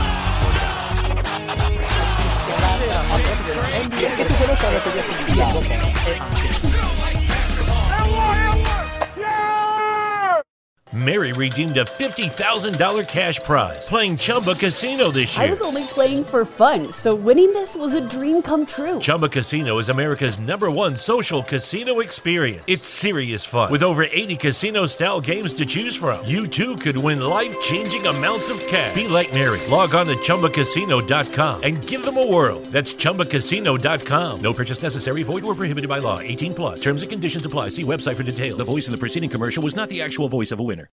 buonasera. Che tutti lo sanno che adesso di Slavi e anche cultura. Mary redeemed a $50,000 cash prize playing Chumba Casino this year. I was only playing for fun, so winning this was a dream come true. Chumba Casino is America's #1 social casino experience. It's serious fun. With over 80 casino-style games to choose from, you too could win life-changing amounts of cash. Be like Mary. Log on to ChumbaCasino.com and give them a whirl. That's ChumbaCasino.com. No purchase necessary. Void or prohibited by law. 18+. Terms and conditions apply. See website for details. The voice in the preceding commercial was not the actual voice of a winner.